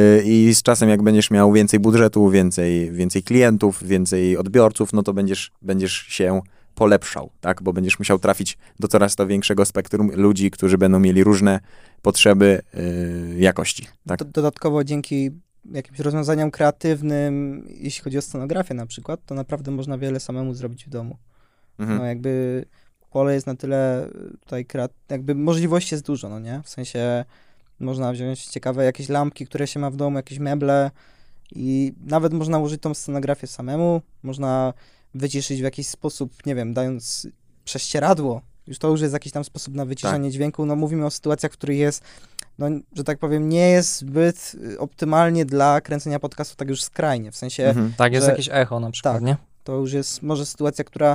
i z czasem, jak będziesz miał więcej budżetu, więcej klientów, więcej odbiorców, no to będziesz się polepszał, tak, bo będziesz musiał trafić do coraz to większego spektrum ludzi, którzy będą mieli różne potrzeby jakości. Tak? Dodatkowo dzięki jakimś rozwiązaniom kreatywnym, jeśli chodzi o scenografię na przykład, to naprawdę można wiele samemu zrobić w domu. No jakby pole jest na tyle tutaj jakby możliwości jest dużo, no nie? W sensie można wziąć ciekawe jakieś lampki, które się ma w domu, jakieś meble i nawet można użyć tą scenografię samemu, można wyciszyć w jakiś sposób, nie wiem, dając prześcieradło. To już jest jakiś tam sposób na wyciszanie dźwięku. No mówimy o sytuacjach, w których jest, no, że tak powiem, nie jest zbyt optymalnie dla kręcenia podcastu tak już skrajnie. W sensie, Tak, jest jakieś echo na przykład, tak, nie? To już jest może sytuacja, która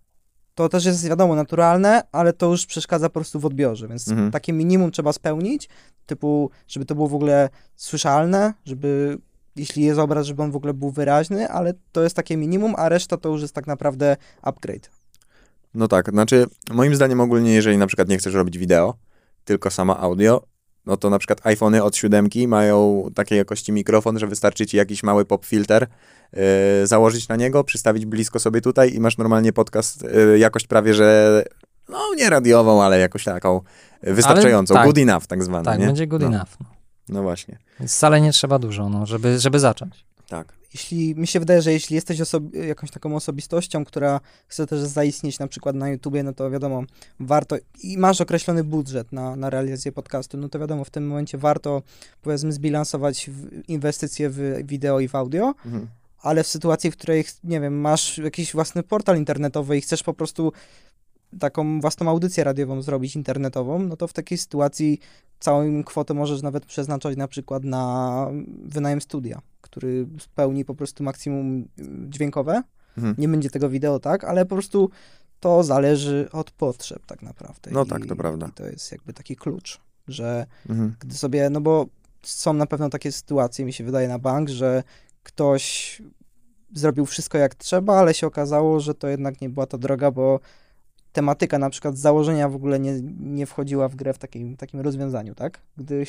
to też jest wiadomo naturalne, ale to już przeszkadza po prostu w odbiorze, więc takie minimum trzeba spełnić, typu, żeby to było w ogóle słyszalne, żeby jeśli jest obraz, żeby on w ogóle był wyraźny, ale to jest takie minimum, a reszta to już jest tak naprawdę upgrade. No tak, znaczy moim zdaniem ogólnie, jeżeli na przykład nie chcesz robić wideo, tylko sama audio, no to na przykład iPhony od 7 mają takiej jakości mikrofon, że wystarczy ci jakiś mały pop filter założyć na niego, przystawić blisko sobie tutaj i masz normalnie podcast, jakość prawie, że no nie radiową, ale jakoś taką wystarczającą, tak, good enough tak zwane. Tak, nie? będzie good enough. No właśnie. Więc wcale nie trzeba dużo, no, żeby zacząć. Tak. Mi się wydaje, że jeśli jesteś jakąś taką osobistością, która chce też zaistnieć na przykład na YouTubie, no to wiadomo, warto i masz określony budżet na realizację podcastu, no to wiadomo, w tym momencie warto, powiedzmy, zbilansować inwestycje w wideo i w audio, ale w sytuacji, w której, nie wiem, masz jakiś własny portal internetowy i chcesz po prostu taką własną audycję radiową zrobić internetową, no to w takiej sytuacji całą kwotę możesz nawet przeznaczać na przykład na wynajem studia, który spełni po prostu maksimum dźwiękowe. Nie będzie tego wideo, tak, ale po prostu to zależy od potrzeb tak naprawdę. No tak, to prawda. I to jest jakby taki klucz, że gdy sobie, no bo są na pewno takie sytuacje, mi się wydaje na bank, że ktoś zrobił wszystko jak trzeba, ale się okazało, że to jednak nie była ta droga, bo tematyka na przykład z założenia w ogóle nie wchodziła w grę w takim rozwiązaniu, tak? Gdy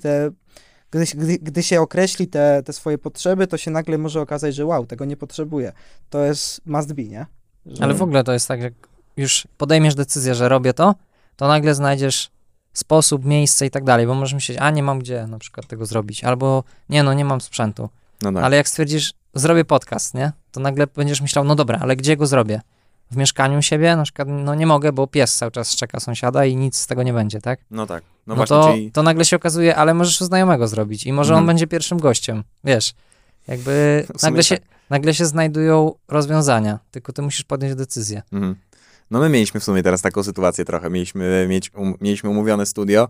się określi te swoje potrzeby, to się nagle może okazać, że wow, tego nie potrzebuję. To jest must be, nie? Ale w ogóle to jest tak, jak już podejmiesz decyzję, że robię to nagle znajdziesz sposób, miejsce i tak dalej, bo możesz myśleć, nie mam gdzie na przykład tego zrobić, albo nie mam sprzętu. No tak. Ale jak stwierdzisz, zrobię podcast, nie? To nagle będziesz myślał, no dobra, ale gdzie go zrobię? W mieszkaniu siebie? Na przykład, no nie mogę, bo pies cały czas czeka sąsiada i nic z tego nie będzie, tak? No tak. No właśnie, to nagle się okazuje, ale możesz u znajomego zrobić i może on będzie pierwszym gościem, wiesz? Jakby nagle się znajdują rozwiązania, tylko ty musisz podjąć decyzję. No my mieliśmy w sumie teraz taką sytuację trochę. Mieliśmy umówione studio,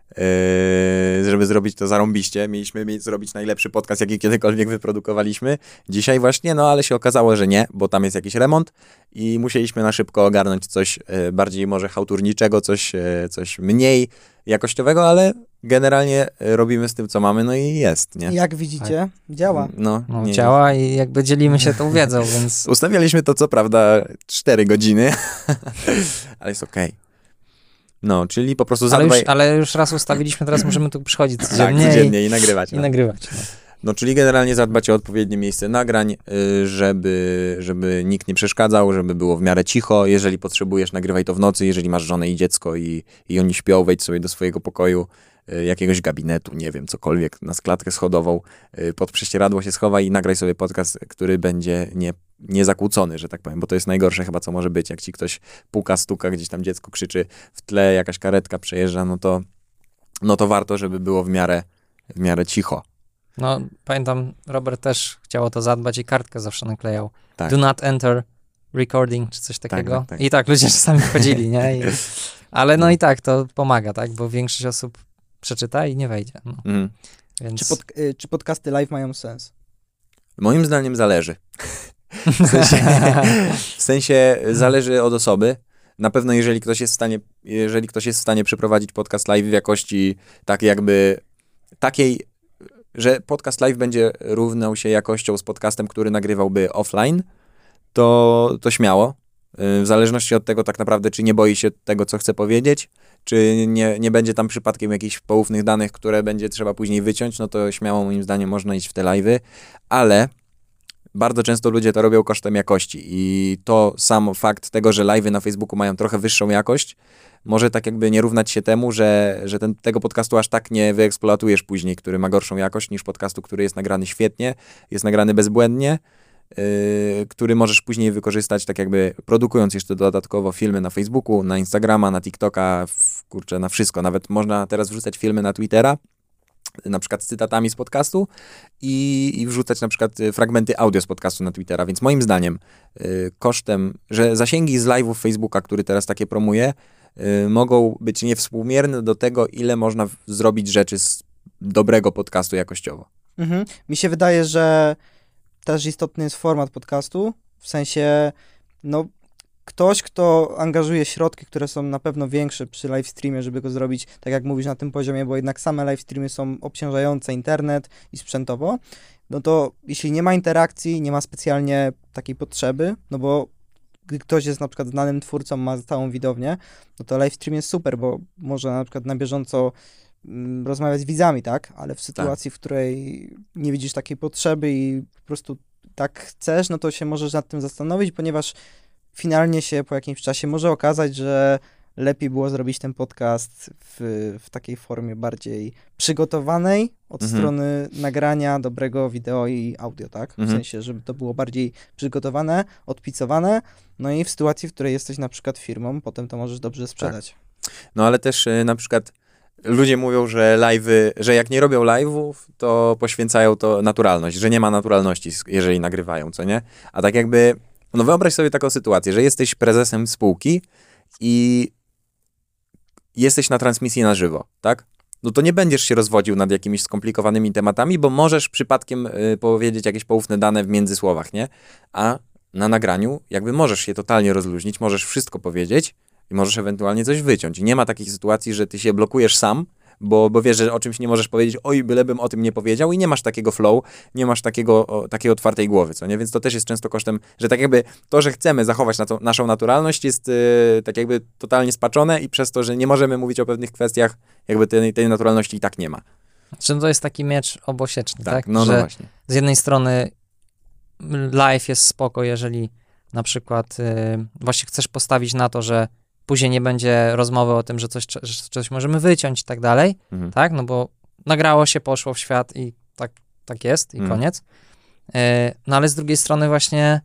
żeby zrobić to zarąbiście. Mieliśmy zrobić najlepszy podcast, jaki kiedykolwiek wyprodukowaliśmy. Dzisiaj właśnie, no ale się okazało, że nie, bo tam jest jakiś remont i musieliśmy na szybko ogarnąć coś bardziej może chałturniczego, coś mniej jakościowego, ale generalnie robimy z tym, co mamy, no i jest, nie? Jak widzicie, działa. No działa i jakby dzielimy się tą wiedzą, więc... Ustawialiśmy to, co prawda, 4 godziny, ale jest okej. No, czyli po prostu zadbaj... Ale już raz ustawiliśmy, teraz możemy tu przychodzić codziennie. Tak, codziennie i nagrywać. I nagrywać. No, czyli generalnie zadbać o odpowiednie miejsce nagrań, żeby nikt nie przeszkadzał, żeby było w miarę cicho. Jeżeli potrzebujesz, nagrywaj to w nocy. Jeżeli masz żonę i dziecko i oni śpią, wejdź sobie do swojego pokoju, jakiegoś gabinetu, nie wiem, cokolwiek, na klatkę schodową, pod prześcieradło się schowaj i nagraj sobie podcast, który będzie niezakłócony, że tak powiem, bo to jest najgorsze chyba, co może być. Jak ci ktoś puka, stuka, gdzieś tam dziecko krzyczy w tle, jakaś karetka przejeżdża, no to warto, żeby było w miarę cicho. No, pamiętam, Robert też chciał o to zadbać i kartkę zawsze naklejał. Tak. Do not enter recording, czy coś takiego. Tak. I tak, ludzie czasami wchodzili, nie? Ale no i tak, to pomaga, tak? Bo większość osób przeczyta i nie wejdzie. No. Więc... Czy podcasty live mają sens? Moim zdaniem zależy. W sensie zależy od osoby. Na pewno jeżeli ktoś jest w stanie przeprowadzić podcast live w jakości takiej, że podcast live będzie równał się jakością z podcastem, który nagrywałby offline, to śmiało. W zależności od tego tak naprawdę, czy nie boi się tego, co chce powiedzieć, czy nie będzie tam przypadkiem jakichś poufnych danych, które będzie trzeba później wyciąć, no to śmiało moim zdaniem można iść w te live'y, ale bardzo często ludzie to robią kosztem jakości i to sam fakt tego, że live'y na Facebooku mają trochę wyższą jakość, może tak jakby nie równać się temu, że tego podcastu aż tak nie wyeksploatujesz później, który ma gorszą jakość niż podcastu, który jest nagrany świetnie, jest nagrany bezbłędnie, który możesz później wykorzystać, tak jakby produkując jeszcze dodatkowo filmy na Facebooku, na Instagrama, na TikToka, na wszystko. Nawet można teraz wrzucać filmy na Twittera, na przykład z cytatami z podcastu i wrzucać na przykład fragmenty audio z podcastu na Twittera, więc moim zdaniem kosztem, że zasięgi z live'ów Facebooka, który teraz takie promuje, mogą być niewspółmierne do tego, ile można zrobić rzeczy z dobrego podcastu jakościowo. Mi się wydaje, że też istotny jest format podcastu, w sensie, no, ktoś, kto angażuje środki, które są na pewno większe przy live streamie, żeby go zrobić, tak jak mówisz, na tym poziomie, bo jednak same live streamy są obciążające internet i sprzętowo, no to jeśli nie ma interakcji, nie ma specjalnie takiej potrzeby, no bo gdy ktoś jest na przykład znanym twórcą, ma całą widownię, no to live stream jest super, bo może na przykład na bieżąco rozmawiać z widzami, tak? Ale w sytuacji, w której nie widzisz takiej potrzeby i po prostu tak chcesz, no to się możesz nad tym zastanowić, ponieważ finalnie się po jakimś czasie może okazać, że lepiej było zrobić ten podcast w takiej formie bardziej przygotowanej od strony nagrania, dobrego wideo i audio, tak? W sensie, żeby to było bardziej przygotowane, odpicowane, no i w sytuacji, w której jesteś na przykład firmą, potem to możesz dobrze sprzedać. Tak. No ale też na przykład ludzie mówią, że że jak nie robią live'ów, to poświęcają to naturalność, że nie ma naturalności, jeżeli nagrywają, co nie? A tak jakby, no wyobraź sobie taką sytuację, że jesteś prezesem spółki i jesteś na transmisji na żywo, tak? No to nie będziesz się rozwodził nad jakimiś skomplikowanymi tematami, bo możesz przypadkiem powiedzieć jakieś poufne dane w międzysłowach, nie? A na nagraniu jakby możesz się totalnie rozluźnić, możesz wszystko powiedzieć i możesz ewentualnie coś wyciąć. I nie ma takich sytuacji, że ty się blokujesz sam, bo wiesz, że o czymś nie możesz powiedzieć, oj, bylebym o tym nie powiedział i nie masz takiego flow, nie masz takiej otwartej głowy, co nie? Więc to też jest często kosztem, że tak jakby to, że chcemy zachować naszą naturalność jest tak jakby totalnie spaczone i przez to, że nie możemy mówić o pewnych kwestiach, jakby tej naturalności i tak nie ma. Czy to jest taki miecz obosieczny, tak? No że właśnie. Z jednej strony live jest spoko, jeżeli na przykład właśnie chcesz postawić na to, że później nie będzie rozmowy o tym, że coś możemy wyciąć i tak dalej, tak? No bo nagrało się, poszło w świat i tak jest i koniec. No ale z drugiej strony właśnie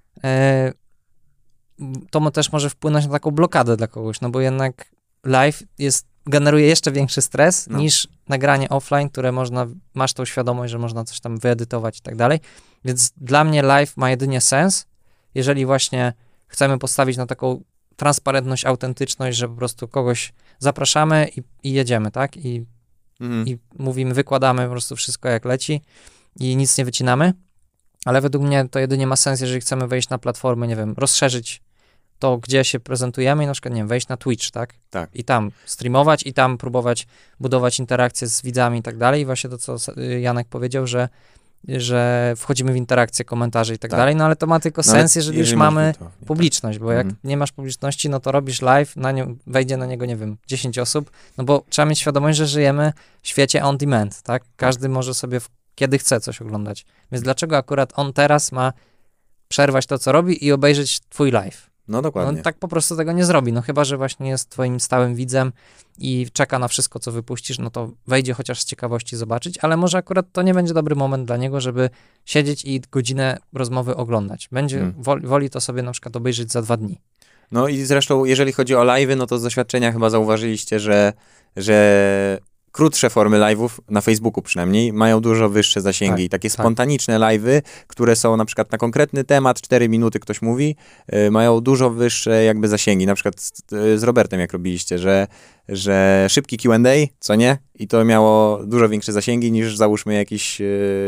to też może wpłynąć na taką blokadę dla kogoś, no bo jednak live generuje jeszcze większy stres niż nagranie offline, które masz tą świadomość, że można coś tam wyedytować i tak dalej. Więc dla mnie live ma jedynie sens, jeżeli właśnie chcemy postawić na taką transparentność, autentyczność, że po prostu kogoś zapraszamy i jedziemy, tak? I mówimy, wykładamy po prostu wszystko jak leci i nic nie wycinamy, ale według mnie to jedynie ma sens, jeżeli chcemy wejść na platformę, nie wiem, rozszerzyć to, gdzie się prezentujemy i na przykład, nie wiem, wejść na Twitch, tak? Tak. I tam streamować i tam próbować budować interakcje z widzami i tak dalej. I właśnie to, co Janek powiedział, że wchodzimy w interakcje, komentarze i tak dalej, no ale to ma tylko sens, jeżeli już mamy publiczność, bo jak nie masz publiczności, no to robisz live, wejdzie na niego, nie wiem, 10 osób, no bo trzeba mieć świadomość, że żyjemy w świecie on demand, tak? Każdy może sobie kiedy chce coś oglądać. Więc dlaczego akurat on teraz ma przerwać to, co robi i obejrzeć twój live? No dokładnie. No tak po prostu tego nie zrobi, no chyba, że właśnie jest twoim stałym widzem i czeka na wszystko, co wypuścisz, no to wejdzie chociaż z ciekawości zobaczyć, ale może akurat to nie będzie dobry moment dla niego, żeby siedzieć i godzinę rozmowy oglądać. Woli to sobie na przykład obejrzeć za 2 dni. No i zresztą, jeżeli chodzi o live'y, no to z doświadczenia chyba zauważyliście, że krótsze formy live'ów, na Facebooku przynajmniej, mają dużo wyższe zasięgi. Tak, I takie tak. spontaniczne live'y, które są na przykład na konkretny temat, 4 minuty ktoś mówi, mają dużo wyższe jakby zasięgi. Na przykład z Robertem, jak robiliście, że szybki Q&A, co nie? I to miało dużo większe zasięgi niż załóżmy jakiś,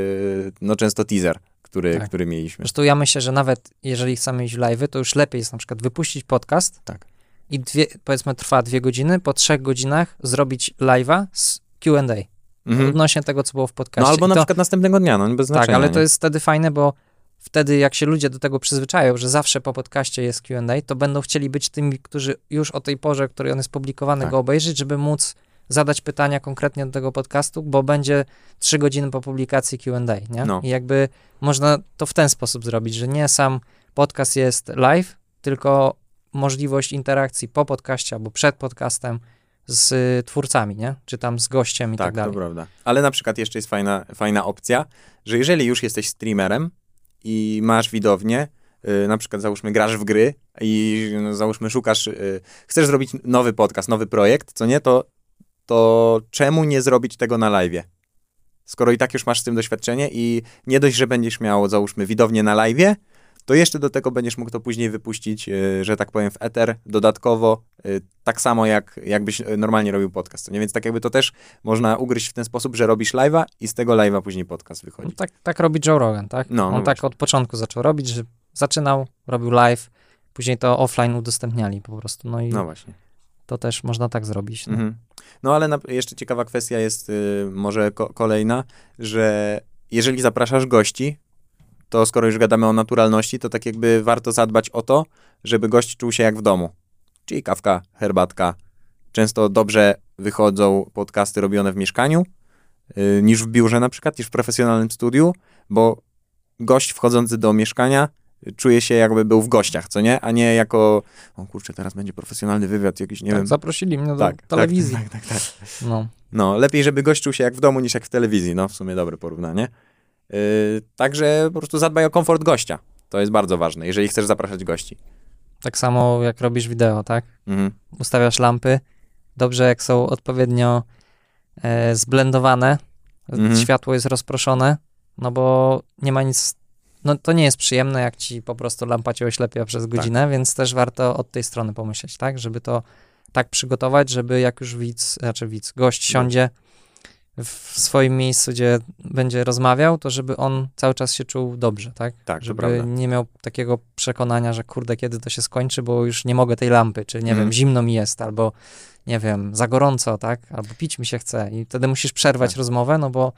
no często teaser, który mieliśmy. Zresztą ja myślę, że nawet jeżeli chcemy iść w live'y, to już lepiej jest na przykład wypuścić podcast Tak. i powiedzmy trwa 2 godziny, po 3 godzinach zrobić live'a z Q&A. Odnośnie tego, co było w podcaście. No albo na to, przykład następnego dnia, no bez znaczenia. tak, ale nie? to jest wtedy fajne, bo wtedy jak się ludzie do tego przyzwyczają, że zawsze po podcaście jest Q&A, to będą chcieli być tymi, którzy już o tej porze, w której on jest publikowany, Tak. go obejrzeć, żeby móc zadać pytania konkretnie do tego podcastu, bo będzie 3 godziny po publikacji Q&A, nie? No. I jakby można to w ten sposób zrobić, że nie sam podcast jest live, tylko możliwość interakcji po podcaście albo przed podcastem z twórcami, nie? Czy tam z gościem i tak dalej. To prawda. Ale na przykład jeszcze jest fajna opcja, że jeżeli już jesteś streamerem i masz widownię, na przykład załóżmy grasz w gry i no, załóżmy szukasz, chcesz zrobić nowy podcast, nowy projekt, co nie, to czemu nie zrobić tego na live'ie? Skoro i tak już masz z tym doświadczenie i nie dość, że będziesz miał załóżmy widownię na live'ie, to jeszcze do tego będziesz mógł to później wypuścić, że tak powiem, w eter dodatkowo, tak samo jakbyś normalnie robił podcast. Nie? Więc tak jakby to też można ugryźć w ten sposób, że robisz live'a i z tego live'a później podcast wychodzi. No tak robi Joe Rogan, tak? No On tak właśnie. od początku zaczął robić, że zaczynał, robił live, później to offline udostępniali po prostu. No i No właśnie. to też można tak zrobić. No. Mhm. No ale jeszcze ciekawa kwestia jest może kolejna, że jeżeli zapraszasz gości, to skoro już gadamy o naturalności, to tak jakby warto zadbać o to, żeby gość czuł się jak w domu. Czyli kawka, herbatka. Często dobrze wychodzą podcasty robione w mieszkaniu, niż w biurze na przykład, niż w profesjonalnym studiu, bo gość wchodzący do mieszkania czuje się jakby był w gościach, co nie? A nie jako, o kurczę, teraz będzie profesjonalny wywiad jakiś, nie Tak, wiem. zaprosili mnie do telewizji. Tak. No. No, lepiej, żeby gość czuł się jak w domu, niż jak w telewizji. No, w sumie dobre porównanie. Także po prostu zadbaj o komfort gościa. To jest bardzo ważne, jeżeli chcesz zapraszać gości. Tak samo jak robisz wideo, tak? Mhm. Ustawiasz lampy, dobrze jak są odpowiednio zblendowane, światło jest rozproszone, no bo nie ma nic, no to nie jest przyjemne, jak ci po prostu lampa cię oślepia przez godzinę, więc też warto od tej strony pomyśleć, tak? Żeby to tak przygotować, żeby jak już gość siądzie w swoim miejscu, gdzie będzie rozmawiał, to żeby on cały czas się czuł dobrze, tak? Tak, to żeby prawda. nie miał takiego przekonania, że kurde, kiedy to się skończy, bo już nie mogę tej lampy, czy nie wiem, zimno mi jest, albo nie wiem, za gorąco, tak? Albo pić mi się chce i wtedy musisz przerwać rozmowę, no bo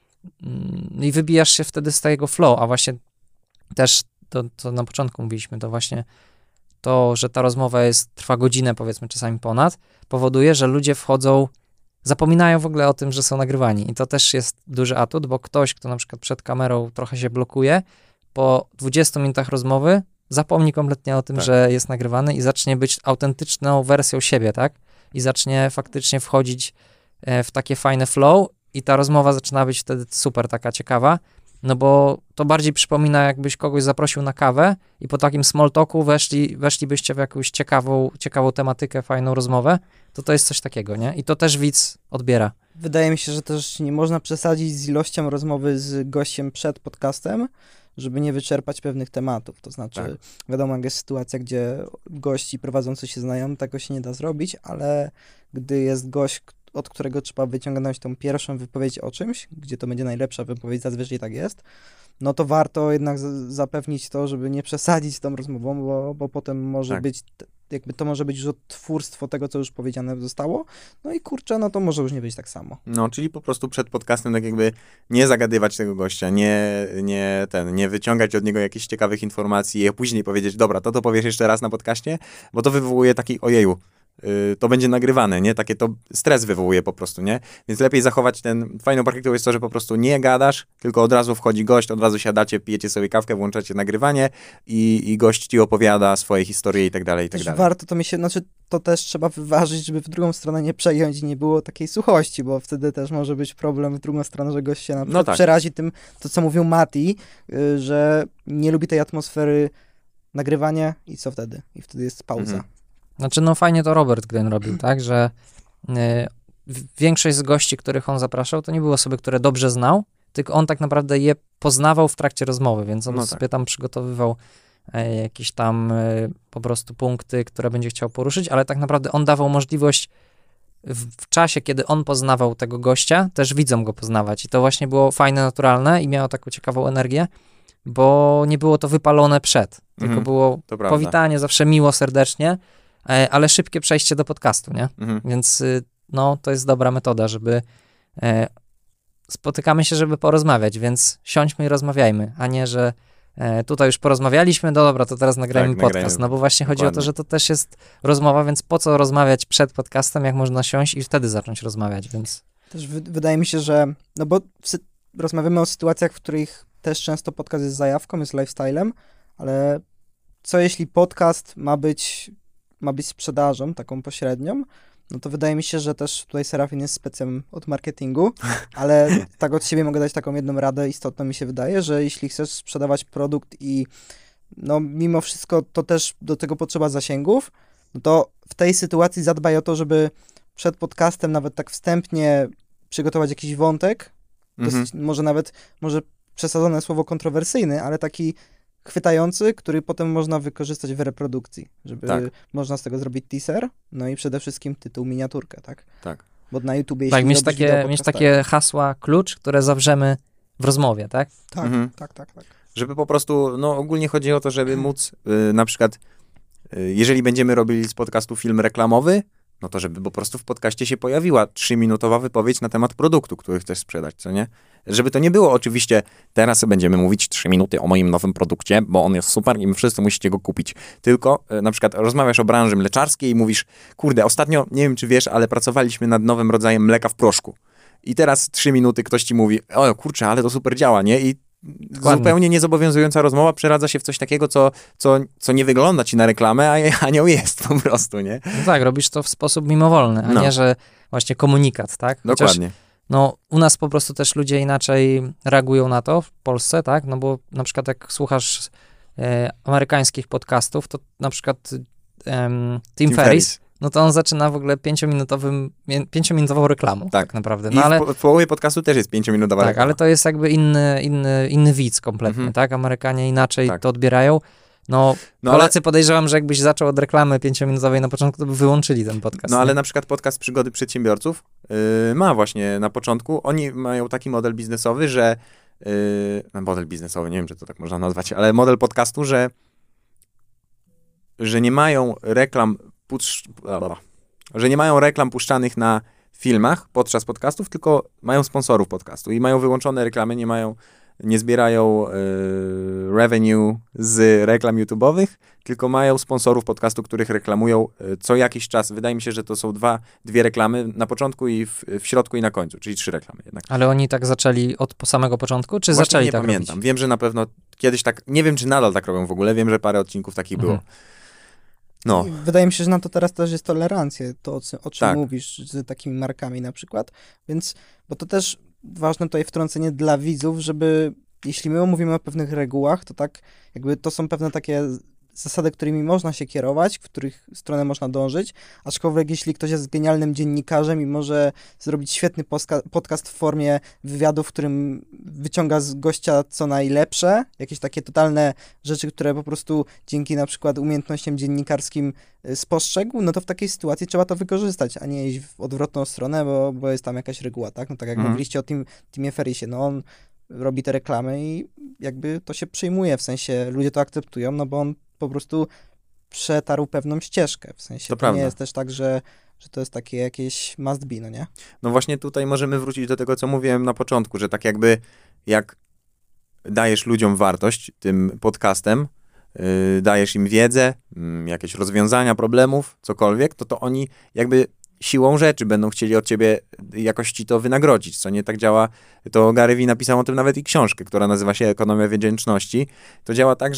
i wybijasz się wtedy z tego flow, a właśnie też to na początku mówiliśmy, to właśnie to, że ta rozmowa trwa godzinę, powiedzmy czasami ponad, powoduje, że ludzie zapominają w ogóle o tym, że są nagrywani. I to też jest duży atut, bo ktoś, kto na przykład przed kamerą trochę się blokuje, po 20 minutach rozmowy zapomni kompletnie o tym, że jest nagrywany i zacznie być autentyczną wersją siebie, tak? I zacznie faktycznie wchodzić w takie fajne flow i ta rozmowa zaczyna być wtedy super taka ciekawa, no bo to bardziej przypomina, jakbyś kogoś zaprosił na kawę i po takim small talku weszlibyście w jakąś ciekawą tematykę, fajną rozmowę, to jest coś takiego, nie? I to też widz odbiera. Wydaje mi się, że też nie można przesadzić z ilością rozmowy z gościem przed podcastem, żeby nie wyczerpać pewnych tematów. To znaczy, wiadomo, jak jest sytuacja, gdzie gości prowadzący się znają, tego się nie da zrobić, ale gdy jest gość, od którego trzeba wyciągnąć tą pierwszą wypowiedź o czymś, gdzie to będzie najlepsza wypowiedź, zazwyczaj tak jest, no to warto jednak zapewnić to, żeby nie przesadzić z tą rozmową, bo potem może być, jakby to może być już odtwórstwo tego, co już powiedziane zostało, no i kurczę, no to może już nie być tak samo. No, czyli po prostu przed podcastem tak jakby nie zagadywać tego gościa, nie wyciągać od niego jakichś ciekawych informacji i później powiedzieć, dobra, to powiesz jeszcze raz na podcaście, bo to wywołuje taki, ojeju, to będzie nagrywane, nie? Takie to stres wywołuje po prostu, nie? Więc lepiej zachować fajną praktyką jest to, że po prostu nie gadasz, tylko od razu wchodzi gość, od razu siadacie, pijecie sobie kawkę, włączacie nagrywanie i gość ci opowiada swoje historie i tak dalej, i tak dalej. Warto to też trzeba wyważyć, żeby w drugą stronę nie przejąć i nie było takiej suchości, bo wtedy też może być problem w drugą stronę, że gość się na przykład przerazi tym, to co mówił Mati, że nie lubi tej atmosfery nagrywania i co wtedy? I wtedy jest pauza. Znaczy, no fajnie to Robert Greene robił, tak, że większość z gości, których on zapraszał, to nie były osoby, które dobrze znał, tylko on tak naprawdę je poznawał w trakcie rozmowy, więc on sobie tam przygotowywał jakieś tam po prostu punkty, które będzie chciał poruszyć, ale tak naprawdę on dawał możliwość w czasie, kiedy on poznawał tego gościa, też widzom go poznawać i to właśnie było fajne, naturalne i miało taką ciekawą energię, bo nie było to wypalone przed, tylko było powitanie zawsze miło, serdecznie, ale szybkie przejście do podcastu, nie? Więc no, to jest dobra metoda, żeby spotykamy się, żeby porozmawiać, więc siądźmy i rozmawiajmy, a nie, że tutaj już porozmawialiśmy, no dobra, to teraz nagrajmy podcast, no bo właśnie chodzi o to, że to też jest rozmowa, więc po co rozmawiać przed podcastem, jak można siąść i wtedy zacząć rozmawiać, więc... Też wydaje mi się, że, no bo rozmawiamy o sytuacjach, w których też często podcast jest zajawką, jest lifestylem, ale co jeśli podcast ma być sprzedażą, taką pośrednią, no to wydaje mi się, że też tutaj Serafin jest specem od marketingu, ale tak od siebie mogę dać taką jedną radę istotną, mi się wydaje, że jeśli chcesz sprzedawać produkt i no mimo wszystko to też do tego potrzeba zasięgów, no to w tej sytuacji zadbaj o to, żeby przed podcastem nawet tak wstępnie przygotować jakiś wątek, dosyć, może przesadzone słowo kontrowersyjny, ale taki chwytający, który potem można wykorzystać w reprodukcji, żeby można z tego zrobić teaser, no i przede wszystkim tytuł, miniaturkę, tak? Tak. Bo na YouTubie tak, mieć takie hasła, klucz, które zawrzemy w rozmowie, tak? Tak. Żeby po prostu, no ogólnie chodzi o to, żeby móc na przykład, jeżeli będziemy robili z podcastu film reklamowy, no to żeby po prostu w podcaście się pojawiła 3-minutowa wypowiedź na temat produktu, który chcesz sprzedać, co nie? Żeby to nie było oczywiście, teraz będziemy mówić 3 minuty o moim nowym produkcie, bo on jest super i wszyscy musicie go kupić. Tylko na przykład rozmawiasz o branży mleczarskiej i mówisz, kurde, ostatnio, nie wiem czy wiesz, ale pracowaliśmy nad nowym rodzajem mleka w proszku. I teraz 3 minuty ktoś ci mówi, o kurczę, ale to super działa, nie? I zupełnie niezobowiązująca rozmowa przeradza się w coś takiego, co nie wygląda ci na reklamę, a nią jest po prostu, nie? No tak, robisz to w sposób mimowolny, a nie, że właśnie komunikat, tak? Dokładnie. Chociaż, no, u nas po prostu też ludzie inaczej reagują na to w Polsce, tak? No bo na przykład jak słuchasz amerykańskich podcastów, to na przykład Tim Ferriss, no to on zaczyna w ogóle 5-minutową reklamą, tak naprawdę. No, I w połowie podcastu też jest 5-minutowa reklama. Tak, ale to jest jakby inny widz kompletnie, tak? Amerykanie inaczej to odbierają. No Polacy podejrzewam, że jakbyś zaczął od reklamy 5-minutowej na początku, to by wyłączyli ten podcast. No ale na przykład podcast Przygody Przedsiębiorców ma właśnie na początku, oni mają taki model biznesowy, że model biznesowy, nie wiem, czy to tak można nazwać, ale model podcastu, że nie mają reklam puszczanych na filmach podczas podcastów, tylko mają sponsorów podcastu i mają wyłączone reklamy, nie zbierają revenue z reklam YouTube'owych, tylko mają sponsorów podcastu, których reklamują co jakiś czas. Wydaje mi się, że to są dwie reklamy na początku i w środku i na końcu, czyli 3 reklamy jednak. Ale oni tak zaczęli od samego początku, czy właśnie zaczęli nie tak pamiętam. robić? Wiem, że na pewno kiedyś tak, nie wiem, czy nadal tak robią w ogóle, wiem, że parę odcinków takich było. No. Wydaje mi się, że na to teraz też jest tolerancja, to o czym mówisz, z takimi markami na przykład, więc, bo to też ważne tutaj wtrącenie dla widzów, żeby, jeśli my mówimy o pewnych regułach, to tak jakby to są pewne takie zasady, którymi można się kierować, w których stronę można dążyć, aczkolwiek jeśli ktoś jest genialnym dziennikarzem i może zrobić świetny podcast w formie wywiadu, w którym wyciąga z gościa co najlepsze, jakieś takie totalne rzeczy, które po prostu dzięki na przykład umiejętnościom dziennikarskim spostrzegł, no to w takiej sytuacji trzeba to wykorzystać, a nie iść w odwrotną stronę, bo jest tam jakaś reguła, tak? No tak jak mówiliście o Timie Ferrissie, no on robi te reklamy i jakby to się przyjmuje, w sensie ludzie to akceptują, no bo on po prostu przetarł pewną ścieżkę, w sensie to nie jest też tak, że to jest takie jakieś must be, no nie? No właśnie tutaj możemy wrócić do tego, co mówiłem na początku, że tak jakby jak dajesz ludziom wartość tym podcastem, dajesz im wiedzę, jakieś rozwiązania problemów, cokolwiek, to oni jakby siłą rzeczy będą chcieli od ciebie jakoś ci to wynagrodzić, co nie tak działa. To Gary Vee napisał o tym nawet i książkę, która nazywa się Ekonomia Wdzięczności. To działa tak, że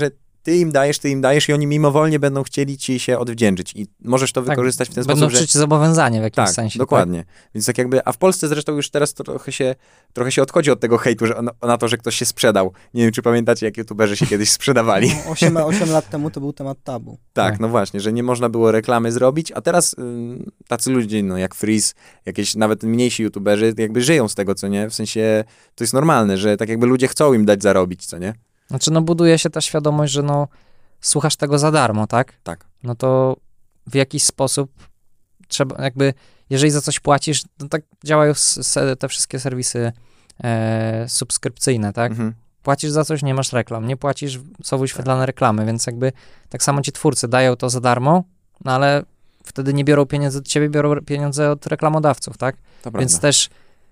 ty im dajesz i oni mimowolnie będą chcieli ci się odwdzięczyć i możesz to wykorzystać w ten Będą sposób, że... czuć zobowiązanie w jakimś sensie. Dokładnie. Więc tak jakby, a w Polsce zresztą już teraz trochę się odchodzi od tego hejtu, że na to, że ktoś się sprzedał. Nie wiem, czy pamiętacie, jak youtuberzy się kiedyś sprzedawali. 8 lat temu to był temat tabu. Tak, no właśnie, że nie można było reklamy zrobić, a teraz tacy ludzie, no jak Freeze, jakieś nawet mniejsi youtuberzy, jakby żyją z tego, co nie? W sensie, to jest normalne, że tak jakby ludzie chcą im dać zarobić, co nie? Znaczy, no buduje się ta świadomość, że no słuchasz tego za darmo, tak? Tak. No to w jakiś sposób trzeba, jakby, jeżeli za coś płacisz, no tak działają te wszystkie serwisy subskrypcyjne, tak? Mhm. Płacisz za coś, nie masz reklam, nie płacisz, są wyświetlane reklamy, więc jakby tak samo ci twórcy dają to za darmo, no ale wtedy nie biorą pieniędzy od ciebie, biorą pieniądze od reklamodawców, tak? To Więc prawda. też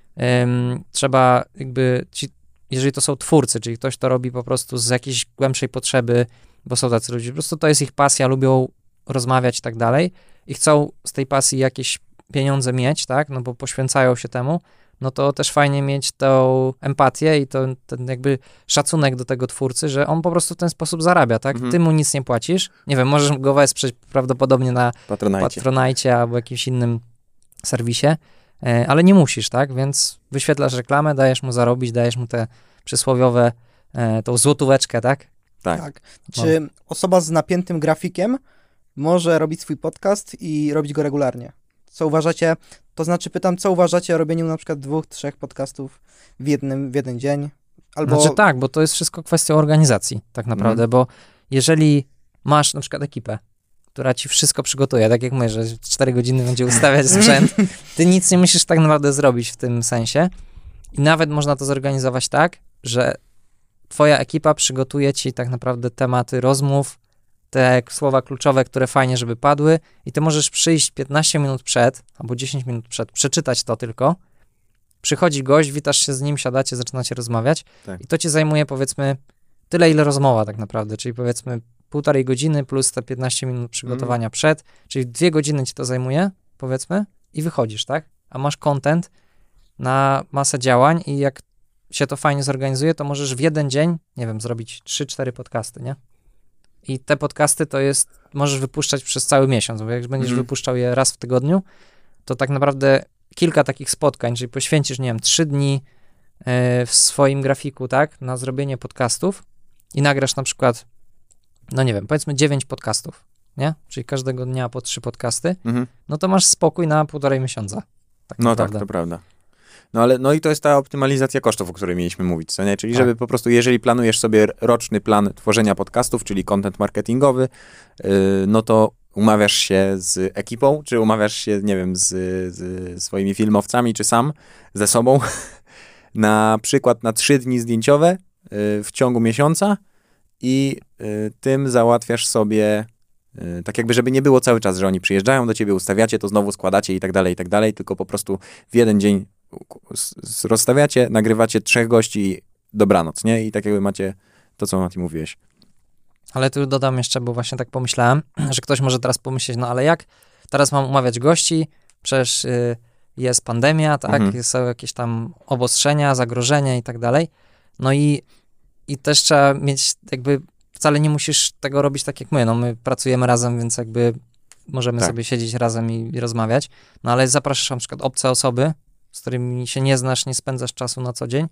trzeba jakby, jeżeli to są twórcy, czyli ktoś to robi po prostu z jakiejś głębszej potrzeby, bo są tacy ludzie, po prostu to jest ich pasja, lubią rozmawiać i tak dalej i chcą z tej pasji jakieś pieniądze mieć, tak, no bo poświęcają się temu, no to też fajnie mieć tą empatię i ten jakby szacunek do tego twórcy, że on po prostu w ten sposób zarabia, tak? Mhm. Ty mu nic nie płacisz, nie wiem, możesz go wesprzeć prawdopodobnie na Patronite albo jakimś innym serwisie, ale nie musisz, tak? Więc wyświetlasz reklamę, dajesz mu zarobić, dajesz mu te przysłowiowe, tą złotóweczkę, tak? Tak. Czy osoba z napiętym grafikiem może robić swój podcast i robić go regularnie? Co uważacie, to znaczy pytam, co uważacie o robieniu na przykład 2-3 podcastów w jeden dzień? Albo... Znaczy tak, bo to jest wszystko kwestia organizacji, tak naprawdę, bo jeżeli masz na przykład ekipę, która ci wszystko przygotuje, tak jak my, że 4 godziny będzie ustawiać sprzęt, ty nic nie musisz tak naprawdę zrobić w tym sensie i nawet można to zorganizować tak, że twoja ekipa przygotuje ci tak naprawdę tematy rozmów, te słowa kluczowe, które fajnie, żeby padły i ty możesz przyjść 15 minut przed, albo 10 minut przed, przeczytać to tylko, przychodzi gość, witasz się z nim, siadacie, zaczynacie rozmawiać i to ci zajmuje powiedzmy tyle, ile rozmowa tak naprawdę, czyli powiedzmy 1,5 godziny plus te 15 minut przygotowania przed, czyli 2 godziny ci to zajmuje, powiedzmy, i wychodzisz, tak? A masz content na masę działań i jak się to fajnie zorganizuje, to możesz w jeden dzień, nie wiem, zrobić 3-4 podcasty, nie? I te podcasty to jest, możesz wypuszczać przez cały miesiąc, bo jak będziesz wypuszczał je raz w tygodniu, to tak naprawdę kilka takich spotkań, czyli poświęcisz, nie wiem, 3 dni w swoim grafiku, tak, na zrobienie podcastów i nagrasz na przykład, no nie wiem, powiedzmy 9 podcastów, nie? Czyli każdego dnia po 3 podcasty, no to masz spokój na 1,5 miesiąca. Tak no naprawdę. tak, to prawda. No ale, no i to jest ta optymalizacja kosztów, o której mieliśmy mówić, co nie? Czyli żeby po prostu, jeżeli planujesz sobie roczny plan tworzenia podcastów, czyli content marketingowy, no to umawiasz się z ekipą, czy umawiasz się, nie wiem, z swoimi filmowcami, czy sam, ze sobą, na przykład na 3 dni zdjęciowe w ciągu miesiąca i tym załatwiasz sobie, tak jakby, żeby nie było cały czas, że oni przyjeżdżają do ciebie, ustawiacie, to znowu składacie i tak dalej, tylko po prostu w jeden dzień rozstawiacie, nagrywacie 3 gości, dobranoc, nie? I tak jakby macie to, co Mati mówiłeś. Ale tu dodam jeszcze, bo właśnie tak pomyślałem, że ktoś może teraz pomyśleć, no ale jak teraz mam umawiać gości, przecież jest pandemia, tak, są jakieś tam obostrzenia, zagrożenia i tak dalej, no i też trzeba mieć jakby, wcale nie musisz tego robić tak jak my, no my pracujemy razem, więc jakby możemy sobie siedzieć razem i rozmawiać, no ale zapraszasz na przykład obce osoby, z którymi się nie znasz, nie spędzasz czasu na co dzień,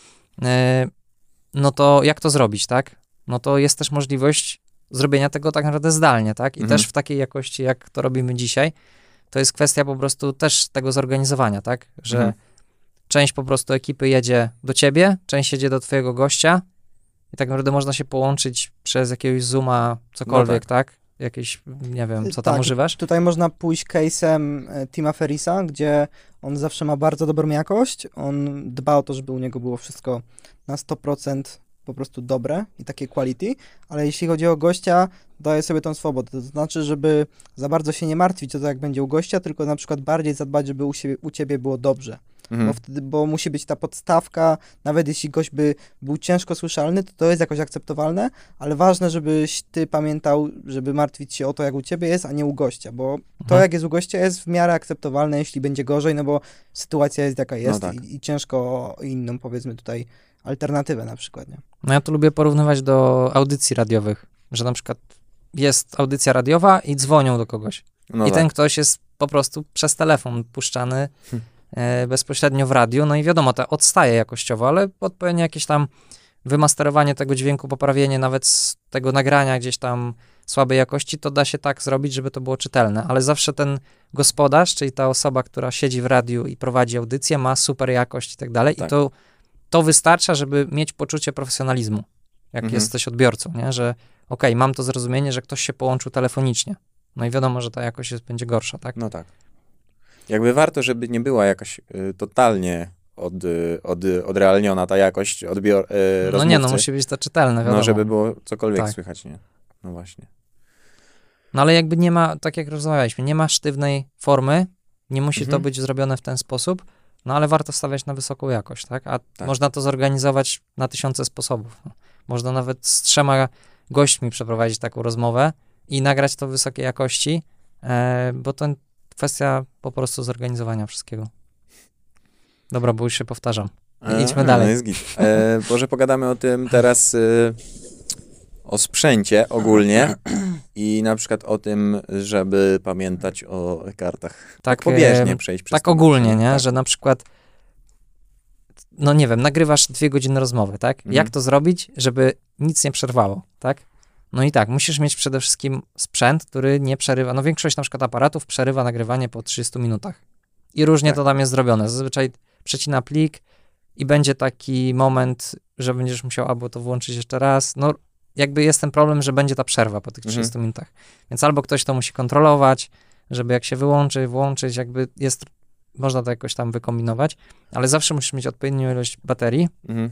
no to jak to zrobić, tak? No to jest też możliwość zrobienia tego tak naprawdę zdalnie, tak? I też w takiej jakości, jak to robimy dzisiaj, to jest kwestia po prostu też tego zorganizowania, tak? Że część po prostu ekipy jedzie do ciebie, część jedzie do twojego gościa i tak naprawdę można się połączyć przez jakiegoś Zooma, cokolwiek, tak? Jakieś, nie wiem, co tam używasz? Tutaj można pójść case'em Tima Ferrisa, gdzie on zawsze ma bardzo dobrą jakość, on dba o to, żeby u niego było wszystko na 100% po prostu dobre i takie quality, ale jeśli chodzi o gościa, daje sobie tą swobodę, to znaczy, żeby za bardzo się nie martwić o to, jak będzie u gościa, tylko na przykład bardziej zadbać, żeby u ciebie było dobrze. Bo musi być ta podstawka, nawet jeśli gość by był ciężko słyszalny, to jest jakoś akceptowalne, ale ważne, żebyś ty pamiętał, żeby martwić się o to, jak u ciebie jest, a nie u gościa, bo to, jak jest u gościa, jest w miarę akceptowalne, jeśli będzie gorzej, no bo sytuacja jest jaka jest i ciężko o inną, powiedzmy tutaj, alternatywę na przykład, nie? No ja to lubię porównywać do audycji radiowych, że na przykład jest audycja radiowa i dzwonią do kogoś. No I tak. ten ktoś jest po prostu przez telefon puszczany bezpośrednio w radiu, no i wiadomo, to odstaje jakościowo, ale odpowiednie jakieś tam wymasterowanie tego dźwięku, poprawienie nawet z tego nagrania gdzieś tam słabej jakości, to da się tak zrobić, żeby to było czytelne, ale zawsze ten gospodarz, czyli ta osoba, która siedzi w radiu i prowadzi audycję, ma super jakość i tak dalej Tak. i to wystarcza, żeby mieć poczucie profesjonalizmu, jak jesteś odbiorcą, nie? Że okej, mam to zrozumienie, że ktoś się połączył telefonicznie. No i wiadomo, że ta jakość będzie gorsza, tak? No tak. Jakby warto, żeby nie była jakaś totalnie odrealniona ta jakość rozmówcy. No nie, no musi być to czytelne, wiadomo. No, żeby było cokolwiek Tak. słychać, nie? No właśnie. No ale jakby nie ma, tak jak rozmawialiśmy, nie ma sztywnej formy, nie musi to być zrobione w ten sposób, no ale warto stawiać na wysoką jakość, tak? A Tak. można to zorganizować na 1000 sposobów. No. Można nawet z 3 gośćmi przeprowadzić taką rozmowę i nagrać to w wysokiej jakości, bo to kwestia po prostu zorganizowania wszystkiego. Dobra, bo już się powtarzam. Idźmy dalej. No jest git. Może pogadamy o tym teraz, o sprzęcie ogólnie i na przykład o tym, żeby pamiętać o kartach. Tak pobieżnie przejść przez Tak to. ogólnie, nie? Tak. Że na przykład no nie wiem, nagrywasz 2 godziny rozmowy, tak? Jak to zrobić, żeby nic nie przerwało, tak? No i tak, musisz mieć przede wszystkim sprzęt, który nie przerywa, no większość na przykład aparatów przerywa nagrywanie po 30 minutach. I różnie to tam jest zrobione. Zazwyczaj przecina plik i będzie taki moment, że będziesz musiał albo to włączyć jeszcze raz. No jakby jest ten problem, że będzie ta przerwa po tych 30 minutach. Więc albo ktoś to musi kontrolować, żeby jak się wyłączy, włączyć, jakby jest, można to jakoś tam wykombinować, ale zawsze musisz mieć odpowiednią ilość baterii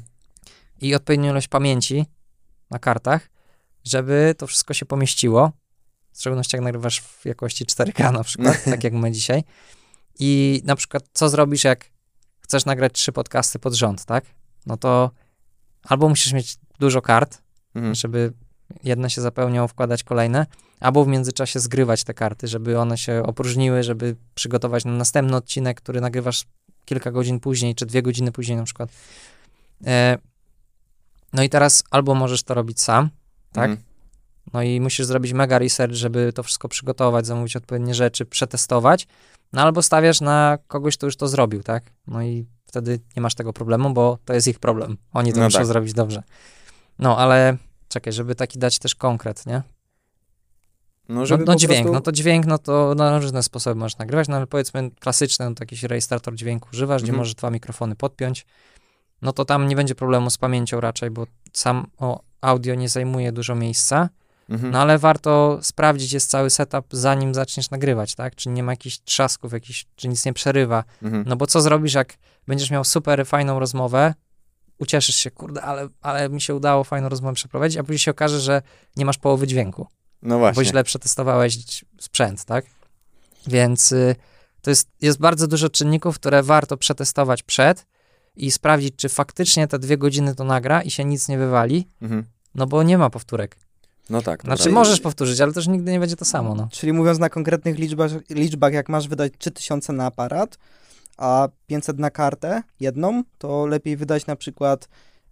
i odpowiednią ilość pamięci na kartach, żeby to wszystko się pomieściło. W szczególności jak nagrywasz w jakości 4K na przykład, tak jak my dzisiaj. I na przykład co zrobisz, jak chcesz nagrać 3 podcasty pod rząd, tak? No to albo musisz mieć dużo kart, żeby jedne się zapełniało, wkładać kolejne, albo w międzyczasie zgrywać te karty, żeby one się opróżniły, żeby przygotować na następny odcinek, który nagrywasz kilka godzin później, czy 2 godziny później na przykład. No i teraz albo możesz to robić sam, tak? No i musisz zrobić mega research, żeby to wszystko przygotować, zamówić odpowiednie rzeczy, przetestować, no albo stawiasz na kogoś, kto już to zrobił, tak? No i wtedy nie masz tego problemu, bo to jest ich problem. Oni to muszą zrobić dobrze. No, ale czekaj, żeby taki dać też konkret, nie? No dźwięk, no to dźwięk, no to na różne sposoby możesz nagrywać, no ale powiedzmy klasyczny, no to jakiś rejestrator dźwięku używasz, gdzie możesz 2 mikrofony podpiąć, no to tam nie będzie problemu z pamięcią raczej, bo sam audio nie zajmuje dużo miejsca, no ale warto sprawdzić jest cały setup, zanim zaczniesz nagrywać, tak? Czy nie ma jakichś trzasków, czy nic nie przerywa, no bo co zrobisz, jak będziesz miał super fajną rozmowę, ucieszysz się, kurde, ale mi się udało fajną rozmowę przeprowadzić, a później się okaże, że nie masz połowy dźwięku. No właśnie. Bo źle przetestowałeś sprzęt, tak? Więc to jest bardzo dużo czynników, które warto przetestować przed i sprawdzić, czy faktycznie te 2 godziny to nagra i się nic nie wywali, no bo nie ma powtórek. No tak. Znaczy możesz powtórzyć, ale też nigdy nie będzie to samo, no. Czyli mówiąc na konkretnych liczbach, jak masz wydać 3000 na aparat, a 500 na kartę jedną, to lepiej wydać na przykład